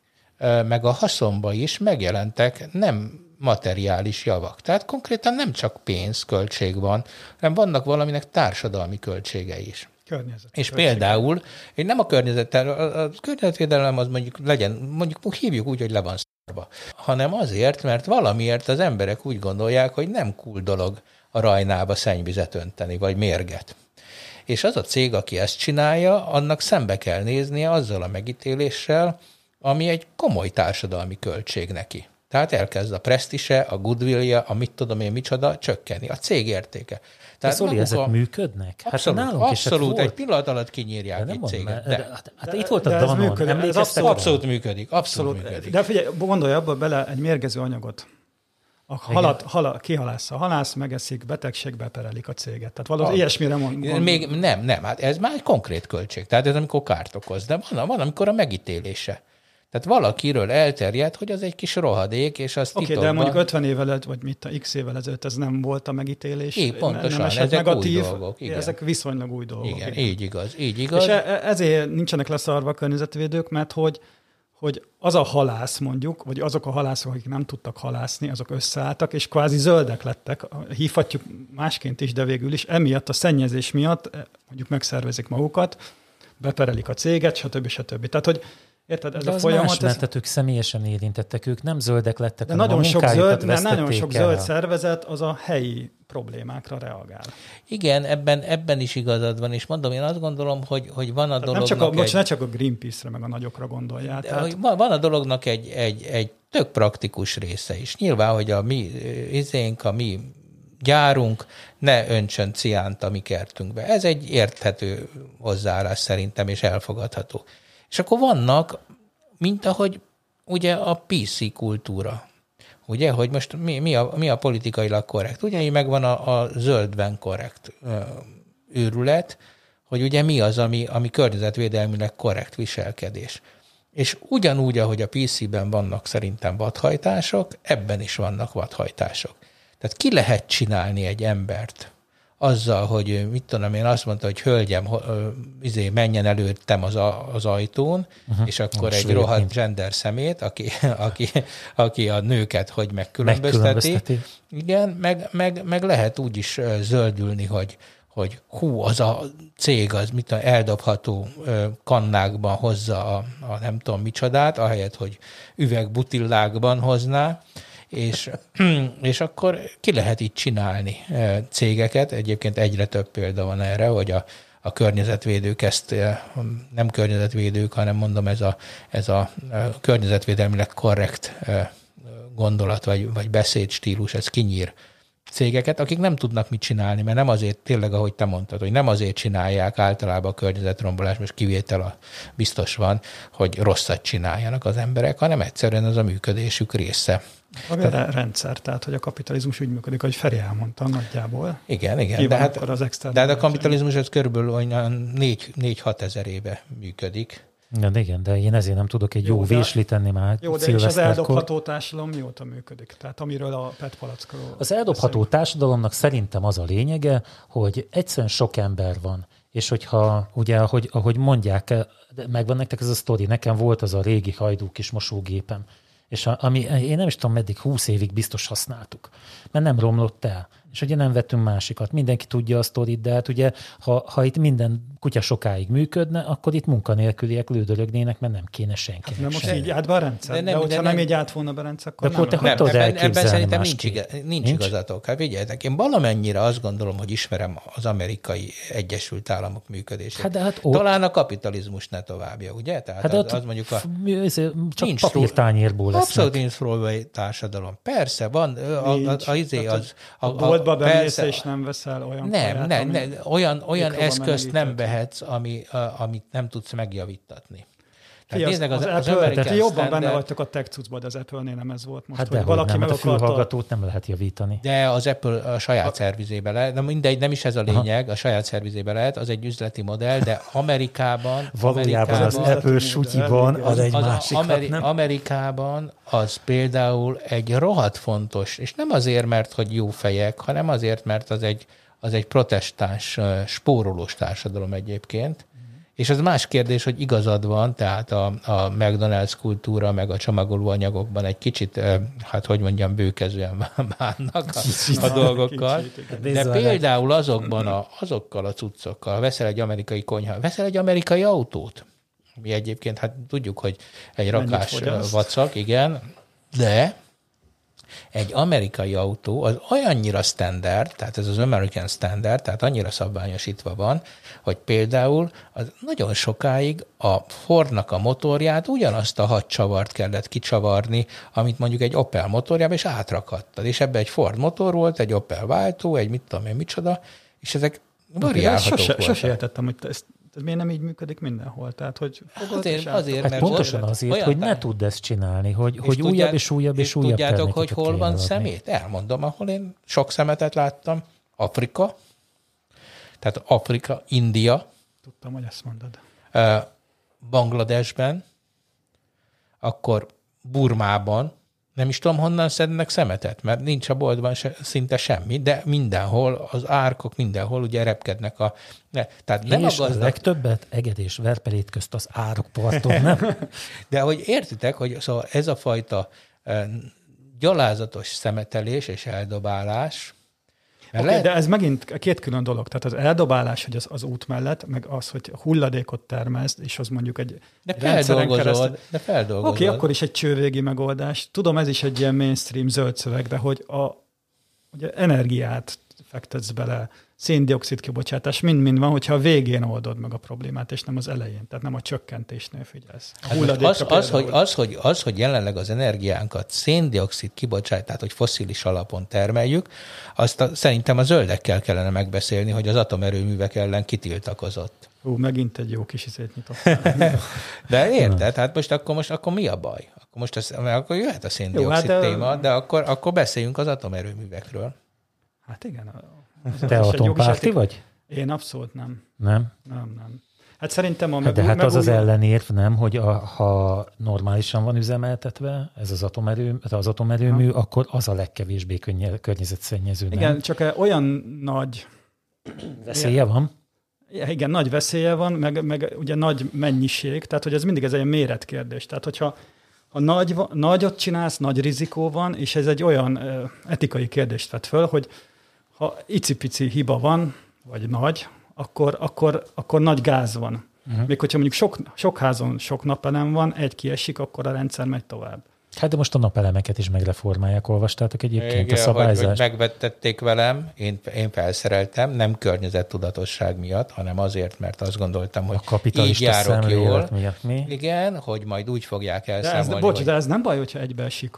Speaker 5: meg a haszonba is megjelentek nem materiális javak. Tehát konkrétan nem csak pénzköltség van, hanem vannak valaminek társadalmi költsége is. És például, én nem a környezetvédelem az mondjuk legyen, mondjuk hívjuk úgy, hogy le van szarva, hanem azért, mert valamiért az emberek úgy gondolják, hogy nem cool dolog a Rajnába szennyvizet önteni, vagy mérget. És az a cég, aki ezt csinálja, annak szembe kell néznie azzal a megítéléssel, ami egy komoly társadalmi költség neki. Tehát elkezd a presztise, a goodwillja, a mit tudom én micsoda csökkenni, a cég értéke.
Speaker 3: Tehát Zoli, ezek működnek?
Speaker 5: Abszolút,
Speaker 3: hát
Speaker 5: abszolút egy pillanat alatt kinyírják egy céget.
Speaker 3: Hát itt volt a Danon, emlékeztek?
Speaker 5: Abszolút működik, abszolút működik.
Speaker 4: De figyelj, gondolj abba bele egy mérgező anyagot. A halat kihalásza, a halász megeszik, betegségbe perelik a céget. Tehát valami ilyesmire mond.
Speaker 5: Még nem, hát ez már egy konkrét költség. Tehát ez amikor kárt okoz. De van amikor a megítélése. Tehát valakiről elterjedt, hogy az egy kis rohadék, és az titokban...
Speaker 4: de mondjuk 50 évvel, vagy x évvel ezelőtt ez nem volt a megítélés.
Speaker 5: Pontosan,
Speaker 4: ezek
Speaker 5: negatív, új dolgok. Igen.
Speaker 4: Ezek viszonylag új dolgok.
Speaker 5: Igen, így igaz. És
Speaker 4: ezért nincsenek leszarva a környezetvédők, mert hogy az a halász mondjuk, vagy azok a halászok, akik nem tudtak halászni, azok összeálltak, és kvázi zöldek lettek, hívhatjuk másként is, de végül is emiatt a szennyezés miatt mondjuk megszervezik magukat, beperelik a céget, stb. Tehát, hogy érted, ez
Speaker 3: de
Speaker 4: a folyamat...
Speaker 3: Más, mert ők személyesen érintettek, ők nem zöldek lettek,
Speaker 4: de nagyon sok
Speaker 3: el.
Speaker 4: zöld szervezet az a helyi problémákra reagál.
Speaker 5: Igen, ebben is igazad van, és mondom, én azt gondolom, hogy van a dolognak...
Speaker 4: Ne csak a Greenpeace-re, meg a nagyokra gondoljál.
Speaker 5: Van a dolognak egy tök praktikus része is. Nyilván, hogy a mi gyárunk ne öntsön ciánt a mi kertünkbe. Ez egy érthető hozzáállás szerintem, és elfogadható. És akkor vannak, mint ahogy ugye a PC kultúra. Ugye, hogy most mi a politikailag korrekt. Ugye, így megvan a zöldben korrekt őrület, hogy ugye mi az, ami környezetvédelmileg korrekt viselkedés. És ugyanúgy, ahogy a PC-ben vannak szerintem vadhajtások, ebben is vannak vadhajtások. Tehát ki lehet csinálni egy embert azzal, hogy mit tudom én, azt mondta, hogy hölgyem, menjen előttem az ajtón, és akkor egy rohadt gender szemét, aki a nőket hogy megkülönbözteti. Igen, meg lehet úgy is zöldülni, hogy az a cég az eldobható kannákban hozza a nem tudom micsodát, ahelyett, hogy üvegbutillákban hozná, és akkor ki lehet így csinálni cégeket. Egyébként egyre több példa van erre, hogy a környezetvédők ezt, nem környezetvédők, hanem mondom, ez a környezetvédelmileg korrekt gondolat, vagy beszédstílus, ez kinyír cégeket, akik nem tudnak mit csinálni, mert nem azért, tényleg, ahogy te mondtad, hogy nem azért csinálják általában a környezetrombolás, most kivétel biztos van, hogy rosszat csináljanak az emberek, hanem egyszerűen az a működésük része.
Speaker 4: A rendszer, tehát, hogy a kapitalizmus úgy működik, hogy Feri elmondta nagyjából.
Speaker 5: Igen, de a kapitalizmus az körülbelül olyan 4-6 ezer éve működik.
Speaker 3: Igen, de én ezért nem tudok egy jó véslit tenni már.
Speaker 4: Jó, de és az eldobható társadalom mióta működik? Tehát amiről a PET palackról
Speaker 3: az eldobható társadalomnak szerintem az a lényege, hogy egyszerűen sok ember van. És hogyha, ugye, ahogy mondják, megvan nektek ez a sztori, nekem volt az a régi Hajdú kis mosógépem, és ami én nem is tudom, meddig 20 évig biztos használtuk, mert nem romlott el. És ugye nem vettünk másikat. Mindenki tudja a sztorit, de hát ugye, ha itt minden kutya sokáig működne, akkor itt munkanélküliek lődörögnének, mert nem kéne senkinek.
Speaker 4: Hát, most így állt be a rendszer. De hogyha nem így állt volna be a rendszer, akkor
Speaker 5: ebben szerintem nincs igazatok. Hát vigyeljetek, én valamennyire azt gondolom, hogy ismerem az Amerikai Egyesült Államok működését. Hát talán a kapitalizmus ne továbbja, ugye? Tehát az mondjuk
Speaker 3: csak papírtányérból lesz.
Speaker 5: Abszolút nincs róla társadalom. Persze, van
Speaker 4: a boltba bemész és nem veszel olyan
Speaker 5: olyan eszközt nem vehetsz, amit nem tudsz megjavítatni. nézzek,
Speaker 4: az Apple, jobban benne vagytok a tech cuccban, de az Apple-nél nem ez volt most.
Speaker 3: Hát
Speaker 4: hogy
Speaker 3: valaki
Speaker 4: nem,
Speaker 3: meg akarta... a fülhallgatót nem lehet javítani.
Speaker 5: De az Apple a saját szervizébe lehet, de mindegy, nem is ez a lényeg, a saját szervizébe lehet, az egy üzleti modell, de Amerikában...
Speaker 3: Valójában az Apple sutyiban az egy másik.
Speaker 5: Amerikában az például egy rohadt fontos, és nem azért, mert hogy jó fejek, hanem azért, mert az egy protestáns, spórolós társadalom egyébként. És az más kérdés, hogy igazad van, tehát a McDonald's kultúra, meg a csomagolóanyagokban egy kicsit, hát hogy mondjam, bőkezően bánnak a dolgokkal. De például azokkal a cuccokkal, veszel egy amerikai konyha, veszel egy amerikai autót, mi egyébként, hát tudjuk, hogy egy rakás vacak, igen, de egy amerikai autó az olyannyira standard, tehát ez az American standard, tehát annyira szabványosítva van, hogy például az nagyon sokáig a Fordnak a motorját ugyanazt a 6 csavart kellett kicsavarni, amit mondjuk egy Opel motorjába, és átrakadtad. És ebbe egy Ford motor volt, egy Opel váltó, egy mit tudom én micsoda, és ezek variálhatók voltak.
Speaker 4: Sose értettem, hogy ez miért nem így működik mindenhol? Tehát, hogy
Speaker 5: azért, mert
Speaker 3: pontosan azért, hogy ne tudd ezt csinálni, hogy újabb és újabb és újabb termékeket.
Speaker 5: Tudjátok, hogy hol van szemét? Elmondom, ahol én sok szemetet láttam. Afrika, tehát Afrika, India.
Speaker 4: Tudtam, hogy ezt mondod.
Speaker 5: Bangladesben, akkor Burmában, nem is tudom, honnan szednek szemetet, mert nincs a boltban szinte semmi, de mindenhol, az árkok mindenhol ugye repkednek tehát nem
Speaker 3: és a legtöbbet Eged és Verpelét közt az árokparton, nem?
Speaker 5: De hogy értitek, hogy szóval ez a fajta gyalázatos szemetelés és eldobálás,
Speaker 4: de ez megint két külön dolog. Tehát az eldobálás, hogy az út mellett, meg az, hogy hulladékot termeszd, és az mondjuk egy
Speaker 5: feldolgozod.
Speaker 4: Oké, akkor is egy csővégi megoldás. Tudom, ez is egy ilyen mainstream zöld szöveg, de hogy ugye energiát fektetsz bele, széndioxid kibocsátás, mind van, hogyha a végén oldod meg a problémát, és nem az elején. Tehát nem a csökkentésnél figyelsz.
Speaker 5: Az, hogy jelenleg az energiánkat széndioxid kibocsát, tehát hogy fosszilis alapon termeljük, azt szerintem a zöldekkel kellene megbeszélni, hogy az atomerőművek ellen kitiltakozott.
Speaker 4: Megint egy jó kis izét nyitottál.
Speaker 5: De érted? Hát akkor mi a baj? Akkor jöhet a széndioxid téma, de akkor beszéljünk az atomerőművekről.
Speaker 4: Hát igen.
Speaker 3: Te atompárti vagy?
Speaker 4: Én abszolút nem.
Speaker 3: Nem?
Speaker 4: Nem. Hát szerintem
Speaker 3: de hát az ellenérv, nem, hogy ha normálisan van üzemeltetve ez az atomerőmű, akkor az a legkevésbé környezetszennyező.
Speaker 4: Igen,
Speaker 3: nem?
Speaker 4: csak olyan nagy
Speaker 3: veszélye van.
Speaker 4: Igen, nagy veszélye van, meg ugye nagy mennyiség, tehát hogy ez mindig egy méretkérdés. Tehát hogyha nagyot csinálsz, nagy rizikó van, és ez egy olyan etikai kérdést vet föl, hogy ha icipici hiba van, vagy nagy, akkor nagy gáz van. Még hogyha mondjuk sok házon sok napelem van, egy kiesik, akkor a rendszer megy tovább.
Speaker 3: Hát de most a napelemeket is megreformálják, olvastátok egyébként igen, a szabályzást?
Speaker 5: Hogy megvettették velem, én felszereltem, nem környezettudatosság miatt, hanem azért, mert azt gondoltam, hogy így járok jól.
Speaker 3: Miatt mi?
Speaker 5: Igen, hogy majd úgy fogják elszámolni.
Speaker 4: De ez nem baj, hogyha egybeesik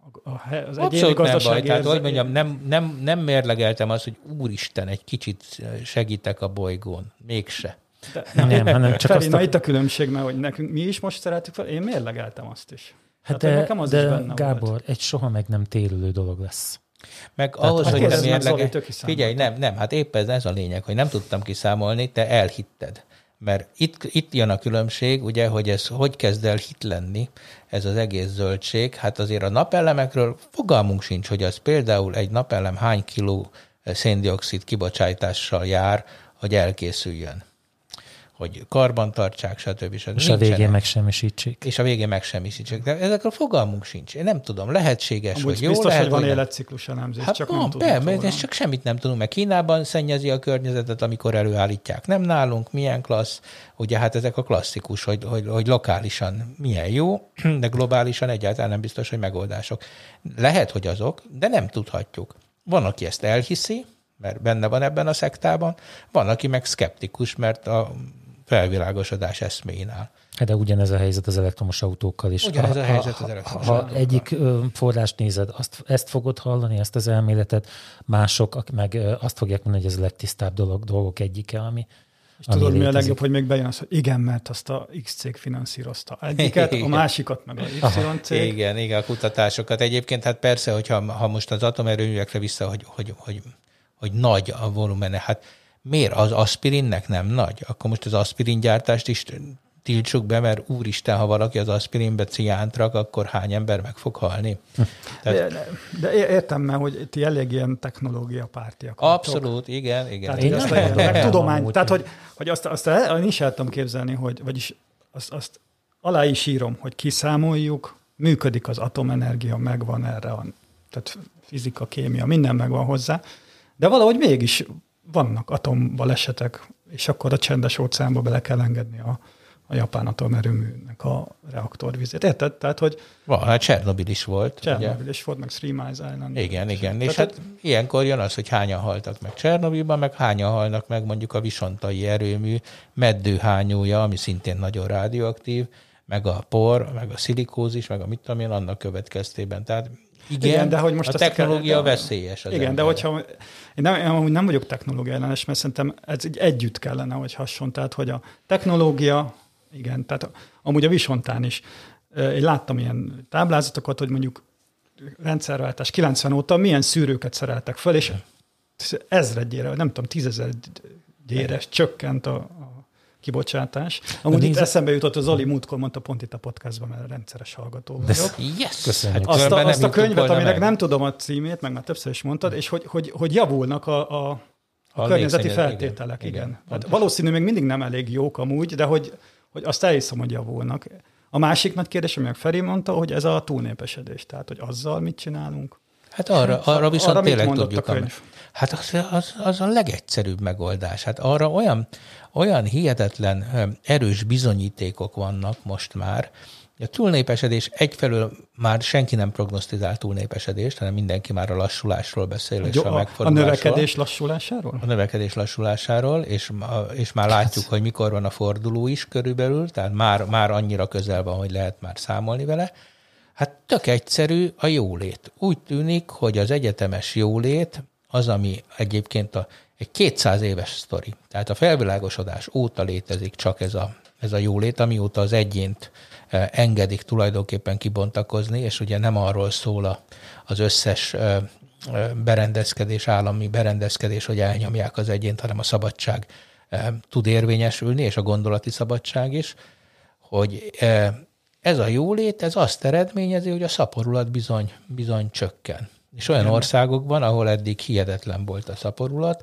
Speaker 4: az
Speaker 5: egyéni gazdasági tehát, hogy mondjam, nem mérlegeltem azt, hogy úristen, egy kicsit segítek a bolygón. Mégse.
Speaker 4: Nem, hanem csak Feri, itt a különbség, mert hogy nekünk mi is most szeretjük fel, én mérlegeltem azt is.
Speaker 3: Hát nekem az is benne Gábor, volt. Egy soha meg nem térülő dolog lesz.
Speaker 5: Meg tehát ahhoz, hogy nem mérlege... Figyelj, nem, hát éppen ez a lényeg, hogy nem tudtam kiszámolni, te elhitted. Mert itt jön a különbség, ugye, hogy ez hogy kezd el hit lenni, ez az egész zöldség. Hát azért a napelemekről fogalmunk sincs, hogy az például egy napelem hány kiló széndioxid kibocsátással jár, hogy elkészüljön. Hogy karban tartsák, stb.
Speaker 3: És a végén megsemmisítsék.
Speaker 5: És a végén megsemmisítsék. De ezekről fogalmunk sincs. Én nem tudom, lehetséges,
Speaker 4: amúgy
Speaker 5: hogy jó
Speaker 4: biztos,
Speaker 5: lehet,
Speaker 4: hogy van életciklus elemzés,
Speaker 5: hát
Speaker 4: csak nem tudunk róla.
Speaker 5: Ez csak semmit nem tudunk, mert Kínában szennyezi a környezetet, amikor előállítják. Nem nálunk, milyen klassz. Ugye hát ezek a klasszikus, hogy lokálisan milyen jó, de globálisan egyáltalán nem biztos, hogy megoldások. Lehet, hogy azok, de nem tudhatjuk. Van, aki ezt elhiszi, mert benne van ebben a szektában, van, aki meg szkeptikus, mert a felvilágosodás eszméjén.
Speaker 3: De ugyanez a helyzet az elektromos autókkal is.
Speaker 5: Ugyanez a helyzet az elektromos autókkal.
Speaker 3: Ha egyik forrást nézed, ezt fogod hallani, ezt az elméletet, mások meg azt fogják mondani, hogy ez a legtisztább dolgok egyike,
Speaker 4: És tudod, mi a legjobb, hogy még bejön az, hogy igen, mert azt a X cég finanszírozta egyiket, a másikat meg a Y cég.
Speaker 5: Igen, a kutatásokat. Egyébként hát persze, hogyha most az atomerőművekre vissza, hogy nagy a volumene, hát miért az aspirinnek nem nagy? Akkor most az aspiringyártást is tiltsuk be, mert úristen, ha valaki az aspirinbe ciánt rak, akkor hány ember meg fog halni?
Speaker 4: De értem, mert hogy ti elég ilyen technológiapártiak.
Speaker 5: Abszolút, igen.
Speaker 4: Tehát, tudomány. Tehát, hogy azt én is el tudom képzelni, vagyis azt alá is írom, hogy kiszámoljuk, működik az atomenergia, megvan erre, tehát fizika, kémia, minden megvan hozzá, de valahogy mégis vannak atombalesetek, és akkor a Csendes óceánba bele kell engedni a japán atomerőműnek a reaktorvizét. Érted? Tehát, hogy...
Speaker 5: Hát Csernobil is volt.
Speaker 4: Csernobil is volt, meg Three Mile Island.
Speaker 5: Igen. És hát ilyenkor jön az, hogy hányan haltak meg Csernobilban, meg hányan halnak meg mondjuk a visontai erőmű meddőhányója, ami szintén nagyon radioaktív, meg a por, meg a szilikózis, meg a mit tudom én, annak következtében. Tehát igen, de hogy most a technológia veszélyes. Igen,
Speaker 4: de hogyha én nem vagyok technológia ellenes, mert szerintem ez így együtt kellene, hogy hasson. Tehát, hogy a technológia, igen, tehát amúgy a visontán is. Én láttam ilyen táblázatokat, hogy mondjuk rendszerváltás 90 óta milyen szűrőket szereltek föl, és ezredjére, nem tudom, 10.000-gyére csökkent a kibocsátás. Amúgy itt eszembe jutott, az Zoli múltkor mondta pont itt a podcastban, mert rendszeres hallgató vagyok.
Speaker 5: Yes!
Speaker 3: Köszönjük.
Speaker 4: Azt a könyvet, aminek nem tudom a címét, meg már többször is mondtad, és hogy javulnak a környezeti feltételek. Igen. Hát valószínű még mindig nem elég jók amúgy, de hogy azt elhiszem, hogy javulnak. A másik nagy kérdés, ami meg Feri mondta, hogy ez a túlnépesedés. Tehát, hogy azzal mit csinálunk?
Speaker 5: Hát arra viszont tényleg tudjuk. Hát az a legegyszerűbb megoldás. Hát arra olyan hihetetlen erős bizonyítékok vannak most már. A túlnépesedés egyfelől már senki nem prognosztizál túlnépesedést, hanem mindenki már a lassulásról beszél, és a megfordulásról.
Speaker 4: A növekedés lassulásáról?
Speaker 5: A növekedés lassulásáról, és már látjuk, hogy mikor van a forduló is körülbelül, tehát már annyira közel van, hogy lehet már számolni vele. Hát tök egyszerű a jólét. Úgy tűnik, hogy az egyetemes jólét az, ami egyébként egy 200 éves sztori. Tehát a felvilágosodás óta létezik csak ez a jólét, amióta az egyént engedik tulajdonképpen kibontakozni, és ugye nem arról szól az összes berendezkedés, állami berendezkedés, hogy elnyomják az egyént, hanem a szabadság tud érvényesülni, és a gondolati szabadság is, hogy ez a jólét, ez azt eredményezi, hogy a szaporulat bizony csökken. És olyan országokban, ahol eddig hihetetlen volt a szaporulat,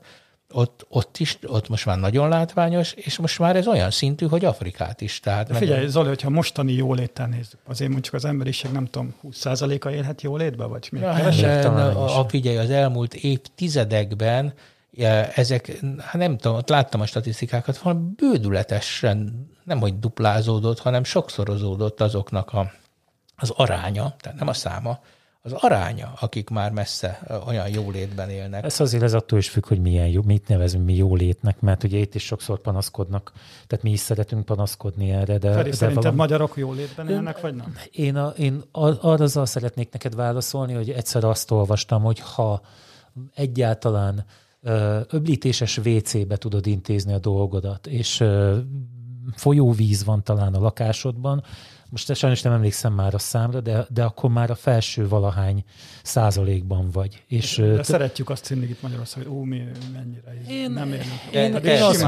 Speaker 5: ott most már nagyon látványos, és most már ez olyan szintű, hogy Afrikát is. Tehát
Speaker 4: figyelj, Zoli, hogyha mostani jóléttel nézzük, azért mondjuk az emberiség, nem tudom, 20%-a élhet jólétbe, vagy még kevesebb?
Speaker 5: Figyelj, az elmúlt évtizedekben ezek, hát nem tudom, ott láttam a statisztikákat, valami bődületesen, nem hogy duplázódott, hanem sokszorozódott azoknak az aránya, tehát nem a száma, az aránya, akik már messze olyan jólétben élnek.
Speaker 3: Ez attól is függ, hogy mit nevezünk mi jólétnek, mert ugye itt is sokszor panaszkodnak, tehát mi is szeretünk panaszkodni erre. De
Speaker 4: szerinted magyarok jólétben élnek, vagy nem?
Speaker 3: Én arra szeretnék neked válaszolni, hogy egyszer azt olvastam, hogy ha egyáltalán öblítéses WC-be tudod intézni a dolgodat, és folyóvíz van talán a lakásodban, most sajnos nem emlékszem már a számra, de akkor már a felső valahány százalékban vagy. És
Speaker 4: de szeretjük azt hinni itt Magyarországon, hogy mi mennyire nem élünk.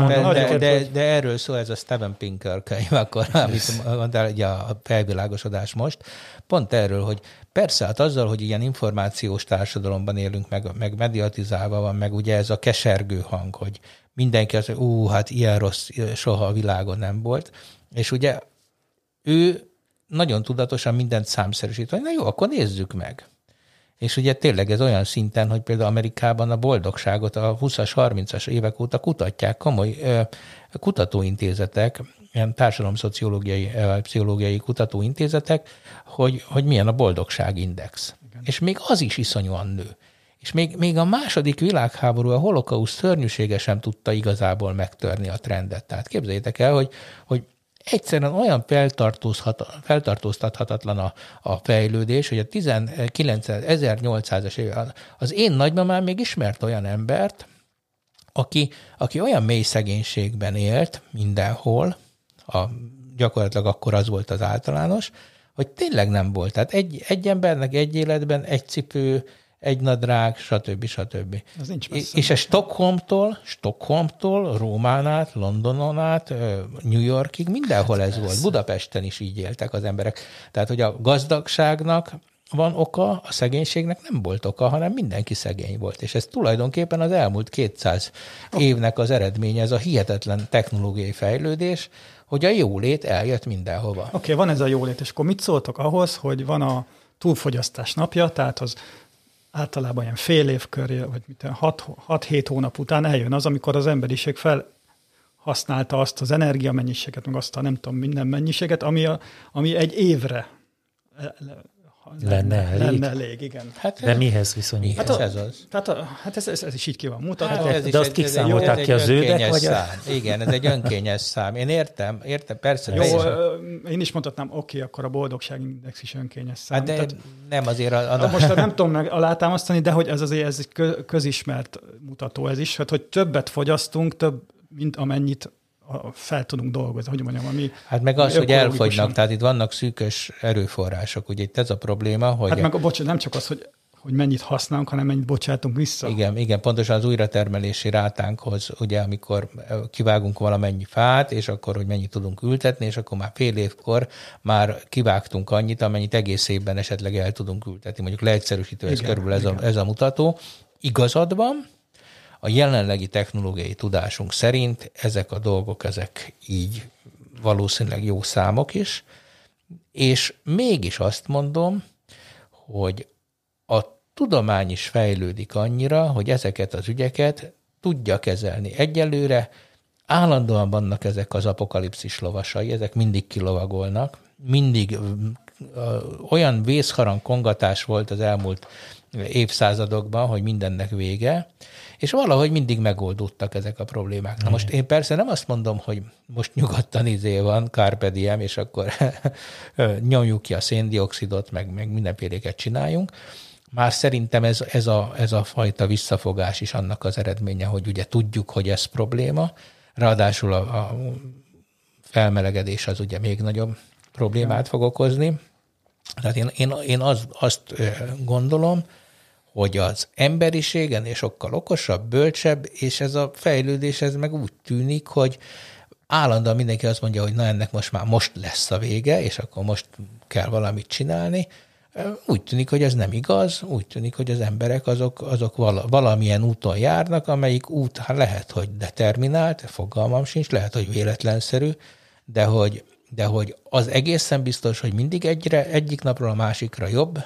Speaker 5: De erről szól ez a Steven Pinker könyv, akkor, amit mondtál, ugye a felvilágosodás most, pont erről, hogy persze, hát azzal, hogy ilyen információs társadalomban élünk, meg mediatizálva van, meg ugye ez a kesergő hang, hogy mindenki azt mondja, hát ilyen rossz soha a világon nem volt, és ugye ő nagyon tudatosan mindent számszerűsít, hogy na jó, akkor nézzük meg. És ugye tényleg ez olyan szinten, hogy például Amerikában a boldogságot a 20-as, 30-as évek óta kutatják komoly kutatóintézetek, ilyen társadalomszociológiai, pszichológiai kutatóintézetek, hogy milyen a boldogságindex. Igen. És még az is iszonyúan nő. És még a második világháború, a holokauszt szörnyűsége sem tudta igazából megtörni a trendet. Tehát képzeljétek el, hogy egyszerűen olyan feltartóztathatatlan a fejlődés, hogy a 1800-as évek, az én nagymamám még ismert olyan embert, aki olyan mély szegénységben élt mindenhol, gyakorlatilag akkor az volt az általános, hogy tényleg nem volt. Tehát egy embernek egy életben egy cipő, egy nadrág, stb.
Speaker 4: Ez nincs
Speaker 5: és ez Stockholmtól, Rómán át, Londonon át, New Yorkig, mindenhol ez volt. Budapesten is így éltek az emberek. Tehát, hogy a gazdagságnak van oka, a szegénységnek nem volt oka, hanem mindenki szegény volt. És ez tulajdonképpen az elmúlt 200 évnek az eredménye, ez a hihetetlen technológiai fejlődés, hogy a jólét eljött mindenhova.
Speaker 4: Oké, van ez a jólét, és akkor mit szóltok ahhoz, hogy van a túlfogyasztás napja, tehát az általában ilyen fél év köré, vagy 6-7 hónap után eljön az, amikor az emberiség felhasználta azt az energiamennyiséget, meg azt a nem tudom, minden mennyiséget, ami egy évre lenne elég, igen.
Speaker 3: Hát, de mihez viszonyít?
Speaker 5: Hát ez az.
Speaker 4: Hát ez is így ki van mutatva.
Speaker 5: Hát
Speaker 3: de azt kiszámolták ki a zöldek? Vagy
Speaker 5: Igen, ez egy önkényes szám. Én értem, persze.
Speaker 4: Jó, én is mondhatnám, oké, akkor a boldogságindex is önkényes szám.
Speaker 5: Hát de tehát, nem azért...
Speaker 4: Most nem tudom meg alátámasztani, de hogy ez egy közismert mutató ez is, hogy többet fogyasztunk, mint amennyit fel tudunk dolgozni, hogy mondjam, ami...
Speaker 5: Hát meg az, hogy elfogynak, tehát itt vannak szűkös erőforrások, ugye itt ez a probléma, hogy...
Speaker 4: Hát meg nem csak az, hogy mennyit használunk, hanem mennyit bocsátunk vissza.
Speaker 5: Igen, pontosan az újratermelési rátánkhoz, ugye, amikor kivágunk valamennyi fát, és akkor, hogy mennyit tudunk ültetni, és akkor már fél évkor már kivágtunk annyit, amennyit egész évben esetleg el tudunk ültetni. Mondjuk leegyszerűsítő, ez körülbelül ez a mutató. Igazad van, a jelenlegi technológiai tudásunk szerint ezek a dolgok, ezek így valószínűleg jó számok is, és mégis azt mondom, hogy a tudomány is fejlődik annyira, hogy ezeket az ügyeket tudja kezelni. Egyelőre állandóan vannak ezek az apokalipszis lovasai, ezek mindig kilovagolnak, mindig olyan vészharang kongatás volt az elmúlt évszázadokban, hogy mindennek vége, és valahogy mindig megoldódtak ezek a problémák. Na most én persze nem azt mondom, hogy most nyugodtan van, carpe diem, és akkor nyomjuk ki a széndioxidot, meg mindenféléket csináljunk. Már szerintem ez a fajta visszafogás is annak az eredménye, hogy ugye tudjuk, hogy ez probléma, ráadásul a felmelegedés az ugye még nagyobb problémát fog okozni. Tehát én azt gondolom, hogy az emberiség ennél sokkal okosabb, bölcsebb, és ez a fejlődés ez meg úgy tűnik, hogy állandóan mindenki azt mondja, hogy na ennek most lesz a vége, és akkor most kell valamit csinálni. Úgy tűnik, hogy ez nem igaz, úgy tűnik, hogy az emberek azok valamilyen úton járnak, amelyik út lehet, hogy determinált, fogalmam sincs, lehet, hogy véletlenszerű, de hogy az biztos, hogy mindig egyik napról a másikra jobb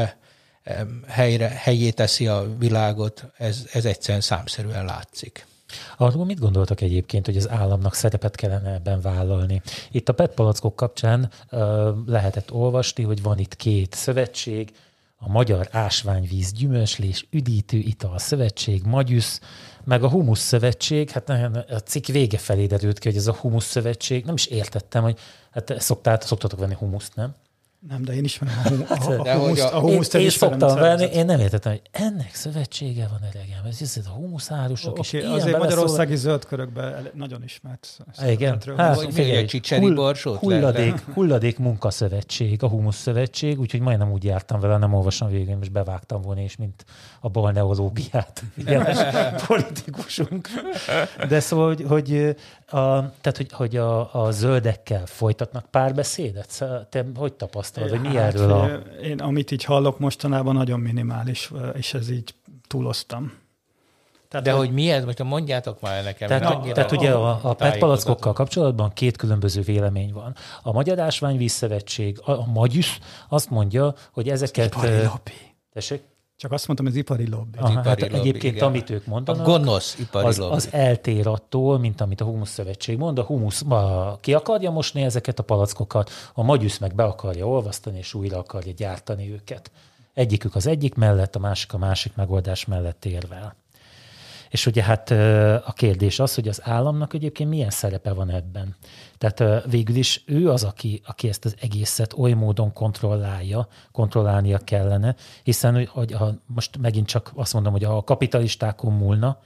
Speaker 5: helyé teszi a világot, ez egyszerűen számszerűen látszik.
Speaker 3: Arról mit gondoltak egyébként, hogy az államnak szerepet kellene ebben vállalni? Itt a PET palackok kapcsán lehetett olvasni, hogy van itt 2 szövetség, a Magyar Ásványvíz Gyümölcslés Üdítő Ital Szövetség, Magyusz, meg a Humusz Szövetség. Hát a cikk vége felé derült ki, hogy ez a Humusz Szövetség, nem is értettem, hogy hát szoktatok venni humuszt, nem?
Speaker 4: Nem, de én ismerem a humuszt.
Speaker 3: Én szoktam venni, én nem értettem, hogy ennek szövetsége van elegem. Ez a humuszárusok is ilyen
Speaker 4: azért magyarországi zöldkörökben nagyon ismert.
Speaker 3: Igen.
Speaker 5: Hát, egy csicseri borsót
Speaker 3: hulladék munkaszövetség, a Humusz Szövetség, úgyhogy majdnem úgy jártam vele, nem olvasom végén, most bevágtam volna is, mint a balneológiát. Igen, politikusunk. De szóval, hogy a zöldekkel folytatnak párbeszédet? Te hogy tapasztalod? Hogy mi erről
Speaker 4: Én amit így hallok mostanában nagyon minimális, és ez így túloztam.
Speaker 5: Tehát, de hogy mi ez? Most mondjátok már nekem.
Speaker 3: Tehát ugye a PET palackokkal kapcsolatban 2 különböző vélemény van. A Magyar Ásványvíz Szövetség, a Magyusz azt mondja, hogy ezeket...
Speaker 4: Ipari lobby.
Speaker 3: Tessék?
Speaker 4: Csak azt mondtam, ez ipari lobby.
Speaker 3: Egyébként, igen. Amit ők mondanak,
Speaker 5: a gonosz ipari lobby.
Speaker 3: Az eltér attól, mint amit a Humusz Szövetség mond. A Humusz ki akarja mosni ezeket a palackokat, a Magyusz meg be akarja olvasztani, és újra akarja gyártani őket. Egyikük az egyik mellett, a másik megoldás mellett érvel. És ugye hát a kérdés az, hogy az államnak egyébként milyen szerepe van ebben. Tehát végül is ő az, aki ezt az egészet oly módon kontrollálnia kellene, hiszen hogy most megint csak azt mondom, hogy ha a kapitalistákon múlna,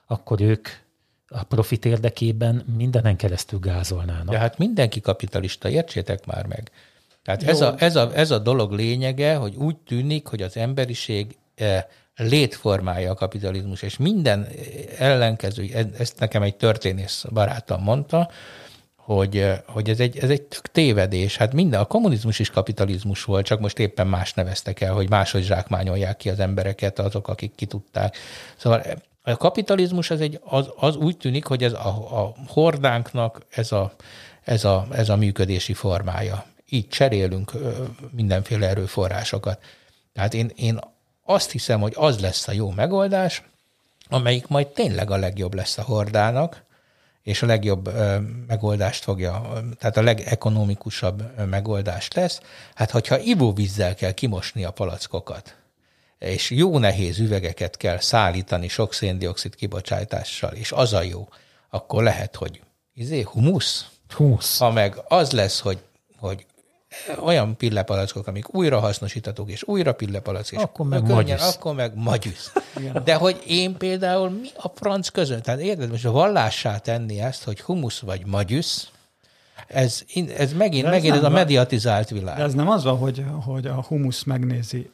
Speaker 3: akkor ők a profit érdekében mindenen keresztül gázolnának.
Speaker 5: De hát mindenki kapitalista, értsétek már meg. Tehát ez a dolog lényege, hogy úgy tűnik, hogy az emberiség létformája a kapitalizmus, és minden ellenkező, ezt nekem egy történész barátom mondta, hogy ez egy tök tévedés. Hát minden, a kommunizmus is kapitalizmus volt, csak most éppen más neveztek el, hogy máshogy zsákmányolják ki az embereket azok, akik ki tudták. Szóval a kapitalizmus az úgy tűnik, hogy ez a hordánknak ez a működési formája. Így cserélünk mindenféle erőforrásokat. Tehát én azt hiszem, hogy az lesz a jó megoldás, amelyik majd tényleg a legjobb lesz a hordának, és a legjobb megoldást fogja, tehát a legekonomikusabb megoldást lesz. Hát, hogyha ivóvízzel kell kimosni a palackokat, és jó nehéz üvegeket kell szállítani sok szén-dioxid kibocsátással, és az a jó, akkor lehet, hogy humusz. Ha meg az lesz, hogy olyan pillepalackok, amik újra hasznosíthatók, és újra pillepalack, és akkor meg magyusz. De hogy én például mi a franc közön? Tehát érted, most vallássá tenni ezt, hogy humusz vagy magyusz, ez megint ez a mediatizált világ.
Speaker 4: De ez nem az van, hogy a humusz megnézi,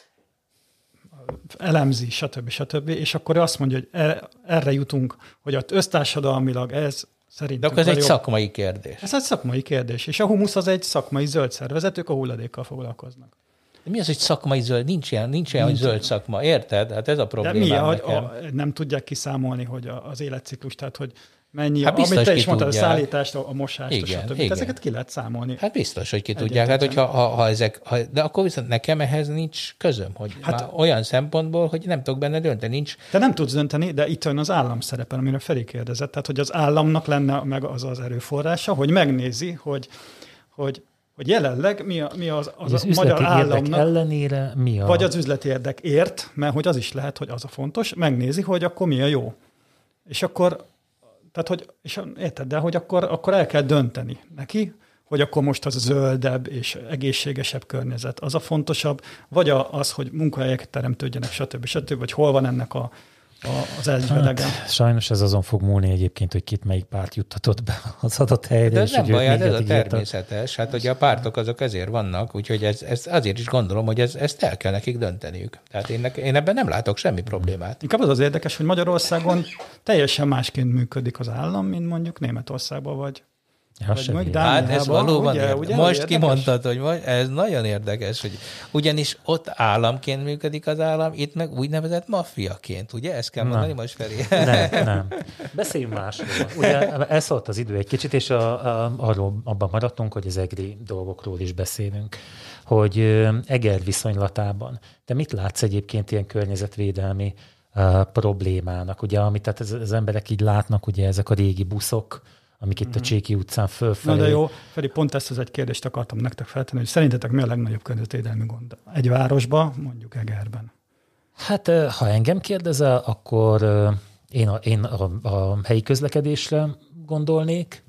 Speaker 4: elemzi, stb. És akkor azt mondja, hogy erre jutunk, hogy az össztársadalmilag ez szerintem.
Speaker 5: De akkor ez egy szakmai kérdés.
Speaker 4: Ez egy szakmai kérdés. És a humusz az egy szakmai zöld szervezet, ők a hulladékkal foglalkoznak.
Speaker 5: De mi az, hogy szakmai zöld? Nincs ilyen, hogy zöld szakma. Érted? Hát ez a probléma.
Speaker 4: Nem tudják kiszámolni, hogy az életciklus, tehát hogy mennyi, amit te is mondtad, a szállítást, a mosást, stb. Ezeket ki lehet számolni.
Speaker 5: Hát biztos, hogy ki tudják. Hát, de akkor viszont nekem ehhez nincs közöm, hogy olyan szempontból, hogy nem tudok benne dönteni. Nincs.
Speaker 4: Te nem tudsz dönteni, de itt jön az állam szerepe, amire Feri kérdezett. Tehát, hogy az államnak lenne meg az erőforrása, hogy megnézi, hogy jelenleg mi az a magyar államnak
Speaker 3: ellenére mi a...
Speaker 4: Vagy az üzleti érdek ért, mert hogy az is lehet, hogy az a fontos, megnézi, hogy akkor mi a jó. És akkor tehát, hogy, és érted, de hogy akkor el kell dönteni neki, hogy akkor most az zöldebb és egészségesebb környezet az a fontosabb, vagy az, hogy munkahelyek teremtődjenek, stb., vagy hol van ennek az egyvelege.
Speaker 3: Hát, sajnos ez azon fog múlni egyébként, hogy melyik párt juttatott be az adott helyre.
Speaker 5: De ez nem baj, ez a természetes. Hát ugye a pártok azok ezért vannak, úgyhogy ez azért is gondolom, hogy ezt el kell nekik dönteniük. Tehát én ebben nem látok semmi problémát.
Speaker 4: Inkább az érdekes, hogy Magyarországon teljesen másként működik az állam, mint mondjuk Németországban vagy.
Speaker 5: Hát ez valóban ugye, most kimondtad, hogy ez nagyon érdekes, hogy ugyanis ott államként működik az állam, itt meg úgynevezett maffiaként, ugye? Ezt kell mondani most, Feri?
Speaker 3: Nem. Beszéljünk másról. Ugye elszólt az idő egy kicsit, és abban maradtunk, hogy az egri dolgokról is beszélünk, hogy Eger viszonylatában. De mit látsz egyébként ilyen környezetvédelmi problémának? Ugye, amit tehát az emberek így látnak, ugye ezek a régi buszok, amik itt a Cséki utcán fölfelé.
Speaker 4: Na de jó, Feri, pont ezt az egy kérdést akartam nektek feltenni, hogy szerintetek mi a legnagyobb környezetvédelmi gond? Egy városban, mondjuk Egerben.
Speaker 3: Hát, ha engem kérdezel, akkor én a helyi közlekedésre gondolnék,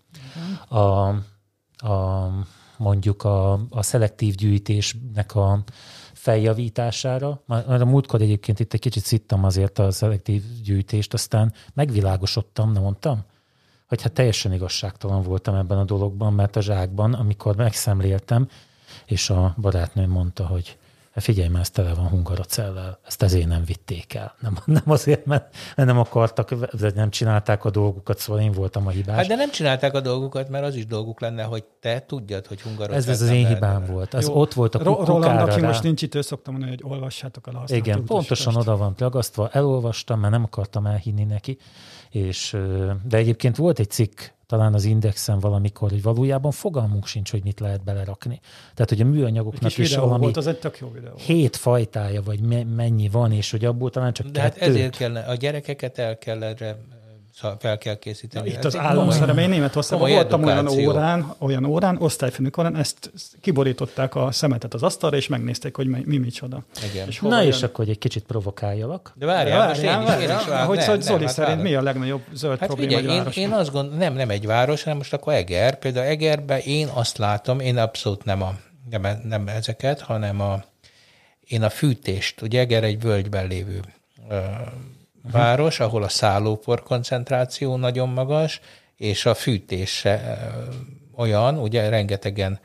Speaker 3: mondjuk a szelektív gyűjtésnek a feljavítására. Már a múltkor egyébként itt egy kicsit szittam azért a szelektív gyűjtést, aztán megvilágosodtam, nem mondtam? Hogy hát teljesen igazságtalan voltam ebben a dologban, mert a zsákban, amikor megszemléltem, és a barátnőm mondta, hogy figyelj, már ez tele van hungarocellel, ezt ezért nem vitték el. Nem azért, mert nem akartak, nem csinálták a dolgukat, szóval én voltam a hibás.
Speaker 5: Hát de nem csinálták a dolgukat, mert az is dolguk lenne, hogy te tudjad, hogy hungarocell.
Speaker 3: Ez az én hibám volt. Az ott volt a kukára.
Speaker 4: Roland, aki most nincs itt, ő szoktam mondani, hogy olvassátok el a használt.
Speaker 3: Igen, pontosan oda van ragasztva, elolvastam, mert nem akartam elhinni neki. De egyébként volt egy cikk, talán az Indexen valamikor, hogy valójában fogalmunk sincs, hogy mit lehet belerakni. Tehát, hogy a műanyagoknak is valami
Speaker 4: volt, az egy tök jó videó.
Speaker 3: 7 fajtája, vagy mennyi van, és hogy abból talán csak 2.
Speaker 5: Hát ezért kellene, a gyerekeket fel kell készíteni.
Speaker 4: Itt az államszerem, én Németországban voltam olyan órán, osztályfőnökön, ezt kiborították a szemetet az asztalra, és megnézték, hogy mi micsoda.
Speaker 3: Igen. És akkor egy kicsit provokáljalak.
Speaker 5: De várjál,
Speaker 4: hogy Zoli szerint mi a legnagyobb zöld probléma egy városban?
Speaker 5: Én azt gondolom, nem egy város, hanem most akkor Eger. Például Egerben én azt látom, én abszolút nem ezeket, hanem én a fűtést. Ugye Eger egy völgyben lévő város, ahol a szállópor koncentráció nagyon magas, és a fűtése olyan, ugye rengetegen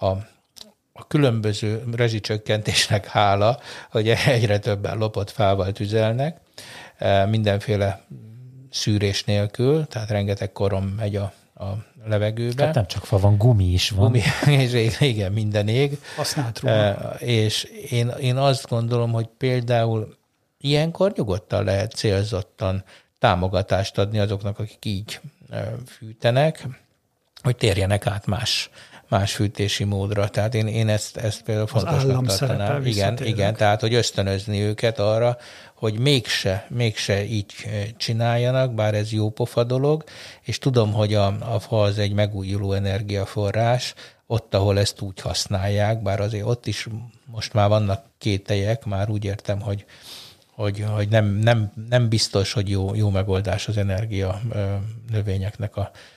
Speaker 5: a különböző rezsicsökkentésnek hála, hogy egyre többen lopott fával tüzelnek, mindenféle szűrés nélkül, tehát rengeteg korom megy a levegőbe.
Speaker 3: Hát nem csak fa van, gumi is van.
Speaker 5: Gumi, és igen, minden ég.
Speaker 4: Használt ruha.
Speaker 5: És én azt gondolom, hogy például ilyenkor nyugodtan lehet célzottan támogatást adni azoknak, akik így fűtenek, hogy térjenek át más fűtési módra. Tehát én ezt például fontosnak tartanám. Igen, tehát hogy ösztönözni őket arra, hogy mégse így csináljanak, bár ez jó pofa dolog, és tudom, hogy a fa az egy megújuló energiaforrás, ott, ahol ezt úgy használják, bár azért ott is most már vannak kételyek, már úgy értem, hogy nem biztos, hogy jó megoldás az energia növényeknek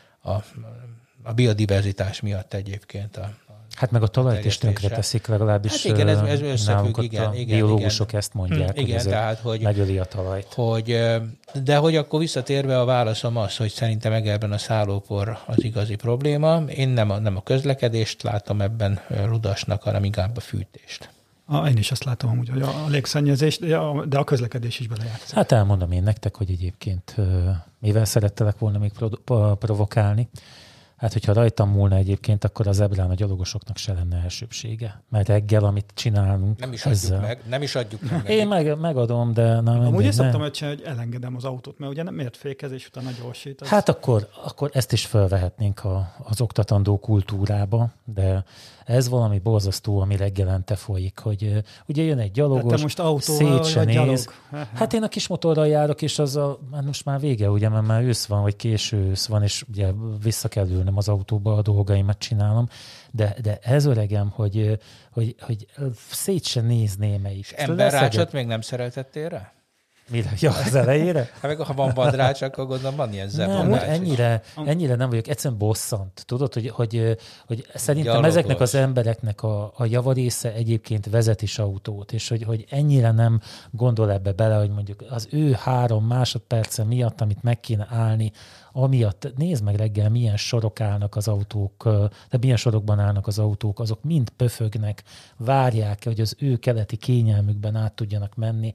Speaker 5: a biodiverzitás miatt egyébként.
Speaker 3: Hát meg a talajt is tönkre teszik, legalábbis
Speaker 5: hát igen, ez összefügg, igen,
Speaker 3: biológusok ezt mondják,
Speaker 5: igen,
Speaker 3: hogy
Speaker 5: tehát, hogy
Speaker 3: megöli a talajt.
Speaker 5: De hogy akkor visszatérve a válaszom az, hogy szerintem ebben a szállópor az igazi probléma. Én nem a közlekedést látom ebben rudasnak, hanem inkább a fűtést.
Speaker 4: Én is azt látom, hogy a légszennyezés, de a közlekedés is belejátszik.
Speaker 3: Hát elmondom én nektek, hogy egyébként mivel szerettelek volna még provokálni. Hát, hogyha rajtam múlna egyébként, akkor a zebrán a gyalogosoknak se lenne elsőbsége. Mert reggel, amit csinálunk...
Speaker 5: Nem is adjuk meg.
Speaker 3: Én megadom, de...
Speaker 4: Amúgy ezt szoktam csinálni, hogy elengedem az autót, mert ugye nem ért fékezés utána gyorsít.
Speaker 3: Hát akkor ezt is felvehetnénk az oktatandó kultúrába, de ez valami borzasztó, ami reggelente folyik, hogy ugye jön egy gyalogos, szét se néz. Hát én a kis motorral járok, és hát most már vége, ugye, mert már ősz van, vagy késő ősz van, és ugye vissza kell ülnem az autóba, a dolgaimat csinálom, de ez öregem, hogy szét se néz némelyik.
Speaker 5: Emberrácsot még nem szereltettél rá?
Speaker 3: Mire? Ja, az elejére?
Speaker 5: Hát meg ha van vadrács, akkor gondolom van ilyen
Speaker 3: zebradrács. Ennyire nem vagyok. Egyszerűen bosszant. Tudod, hogy szerintem gyalogos. Ezeknek az embereknek a javarésze egyébként vezet is autót, és hogy ennyire nem gondol ebbe bele, hogy mondjuk az ő 3 másodperce miatt, amit meg kéne állni, amiatt nézd meg reggel, milyen sorok állnak az autók, de milyen sorokban állnak az autók, azok mind pöfögnek, várják, hogy az ő keleti kényelmükben át tudjanak menni.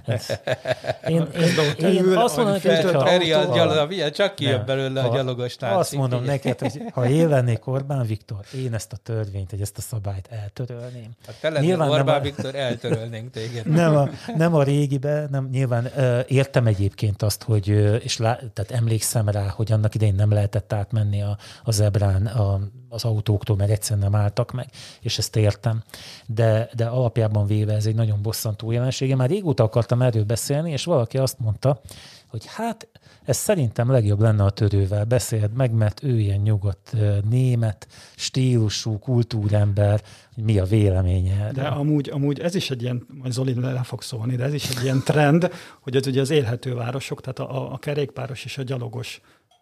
Speaker 3: Én azt mondom
Speaker 5: neked, csak kijön belőle a gyalogos náci.
Speaker 3: Azt mondom neked, hogy ha én lennék Orbán Viktor, én ezt a törvényt, vagy ezt a szabályt eltörölném.
Speaker 5: Ha te lennél Orbán Viktor, eltörölnénk téged.
Speaker 3: Nem a régibe, nem, nyilván értem egyébként azt, hogy, és tehát emlékszem rá, hogy annak idején nem lehetett átmenni a zebrán az autóktól, mert egyszerűen nem álltak meg, és ezt értem. De alapjában véve ez egy nagyon bosszantó jelensége. Már régóta akartam erről beszélni, és valaki azt mondta, hogy hát ez szerintem legjobb lenne a Törővel beszéld meg, mert ő ilyen nyugodt német stílusú kultúrember, hogy mi a véleménye.
Speaker 4: De amúgy ez is egy ilyen, majd Zoli le fog szólni, de ez is egy ilyen trend, hogy ez ugye az élhető városok, tehát a kerékpáros és a gyalogos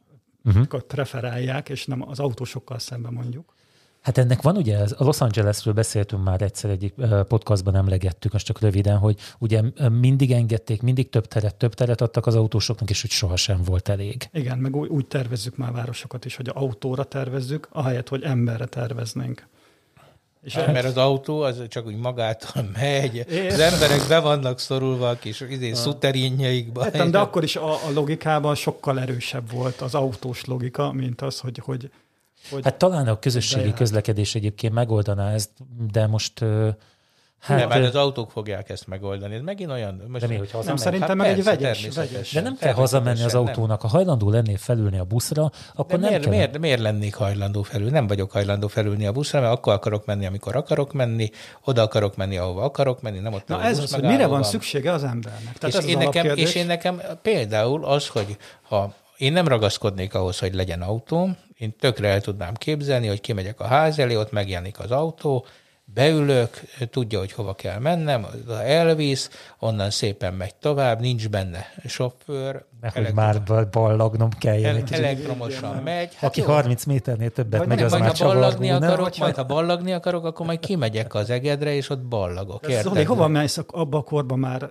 Speaker 4: preferálják, és nem az autósokkal szemben mondjuk.
Speaker 3: Hát ennek van ugye, a Los Angelesről beszéltünk már egyszer, egyik podcastban emlegettük, most csak röviden, hogy ugye mindig engedték, mindig több teret adtak az autósoknak, és hogy sohasem volt elég.
Speaker 4: Igen, meg úgy tervezzük már városokat is, hogy autóra tervezzük, ahelyett, hogy emberre terveznénk.
Speaker 5: És mert az autó az csak úgy magától megy, az emberek be vannak szorulva a kis szuterinjeikba.
Speaker 4: De akkor is a logikában sokkal erősebb volt az autós logika, mint az, hogy
Speaker 3: hát talán a közösségi közlekedés egyébként megoldaná ezt, de most...
Speaker 5: Hát, mert az autók fogják ezt megoldani. Ez megint olyan...
Speaker 3: Most de mi, hogy
Speaker 4: nem, szerintem meg egy vegyes.
Speaker 3: De nem kell hazamenni az autónak. Ha hajlandó lennél felülni a buszra, akkor
Speaker 5: de
Speaker 3: nem kell.
Speaker 5: Miért lennék hajlandó felülni? Nem vagyok hajlandó felülni a buszra, mert akkor akarok menni, amikor akarok menni, oda akarok menni, ahova akarok menni, nem ott
Speaker 4: a ez az, hogy mire van szüksége az embernek. Tehát
Speaker 5: és én nekem például az, hogy ha én nem ragaszkodnék ahhoz, hogy legyen autóm, én tökre el tudnám képzelni, hogy kimegyek a ház elé, ott megjelenik az autó, beülök, tudja, hogy hova kell mennem, elvisz, onnan szépen megy tovább, nincs benne sofőr.
Speaker 3: Nehogy már ballagnom kelljen.
Speaker 5: Elektromosan megy.
Speaker 3: Aki 30 méternél többet megy, az már csavargó.
Speaker 5: Majd ha ballagni akarok, akkor majd kimegyek az Egedre, és ott ballagok.
Speaker 4: Zoli, hova mész abba a korban már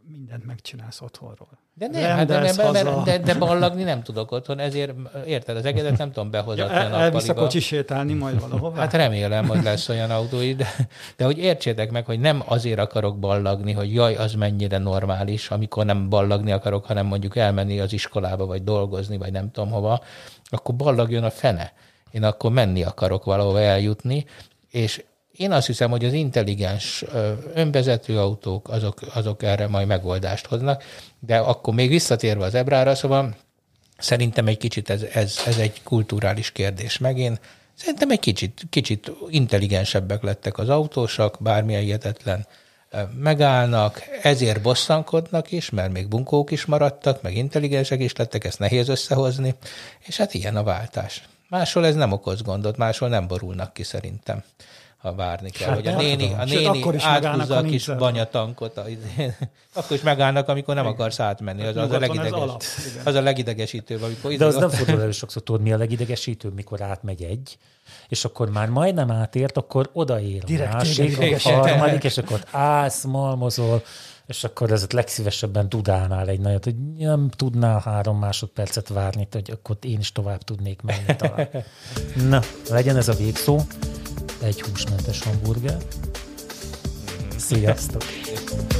Speaker 4: mindent megcsinálsz otthonról.
Speaker 5: De ballagni nem tudok otthon, ezért érted, az egedet nem tudom behozatni a nappaliba.
Speaker 4: Elvisz a kocsisétálni majd valahova?
Speaker 5: Hát remélem, hogy lesz olyan autó, de hogy értsétek meg, hogy nem azért akarok ballagni, hogy jaj, az mennyire normális, amikor nem ballagni akarok, hanem mondjuk elmenni az iskolába, vagy dolgozni, vagy nem tudom hova, akkor ballagjon a fene. Én akkor menni akarok valahova eljutni, és én azt hiszem, hogy az intelligens önvezető autók, azok erre majd megoldást hoznak, de akkor még visszatérve az Ebrára, szóval szerintem egy kicsit ez egy kulturális kérdés megint. Szerintem egy kicsit intelligensebbek lettek az autósak, bármilyen hihetetlen megállnak, ezért bosszankodnak is, mert még bunkók is maradtak, meg intelligensek is lettek, ezt nehéz összehozni, és hát ilyen a váltás. Máshol ez nem okoz gondot, máshol nem borulnak ki szerintem, ha várni kell, hát, hogy a néni áthúzza a kis banyatankot. Akkor is megállnak, amikor nem akarsz átmenni. Az a legidegesítőbb. Amikor
Speaker 3: de az nem fordul elő sokszor, tudod, mi a legidegesítőbb, mikor átmegy egy, és akkor már majdnem átért, akkor odaér a másik, a harmadik, és akkor állsz, malmozol, és akkor ez legszívesebben dudálnál egy nagyot, hogy nem tudnál 3 másodpercet várni, hogy akkor én is tovább tudnék menni talán. Na, legyen ez a végszó. Egy húsmentes hamburger. Sziasztok!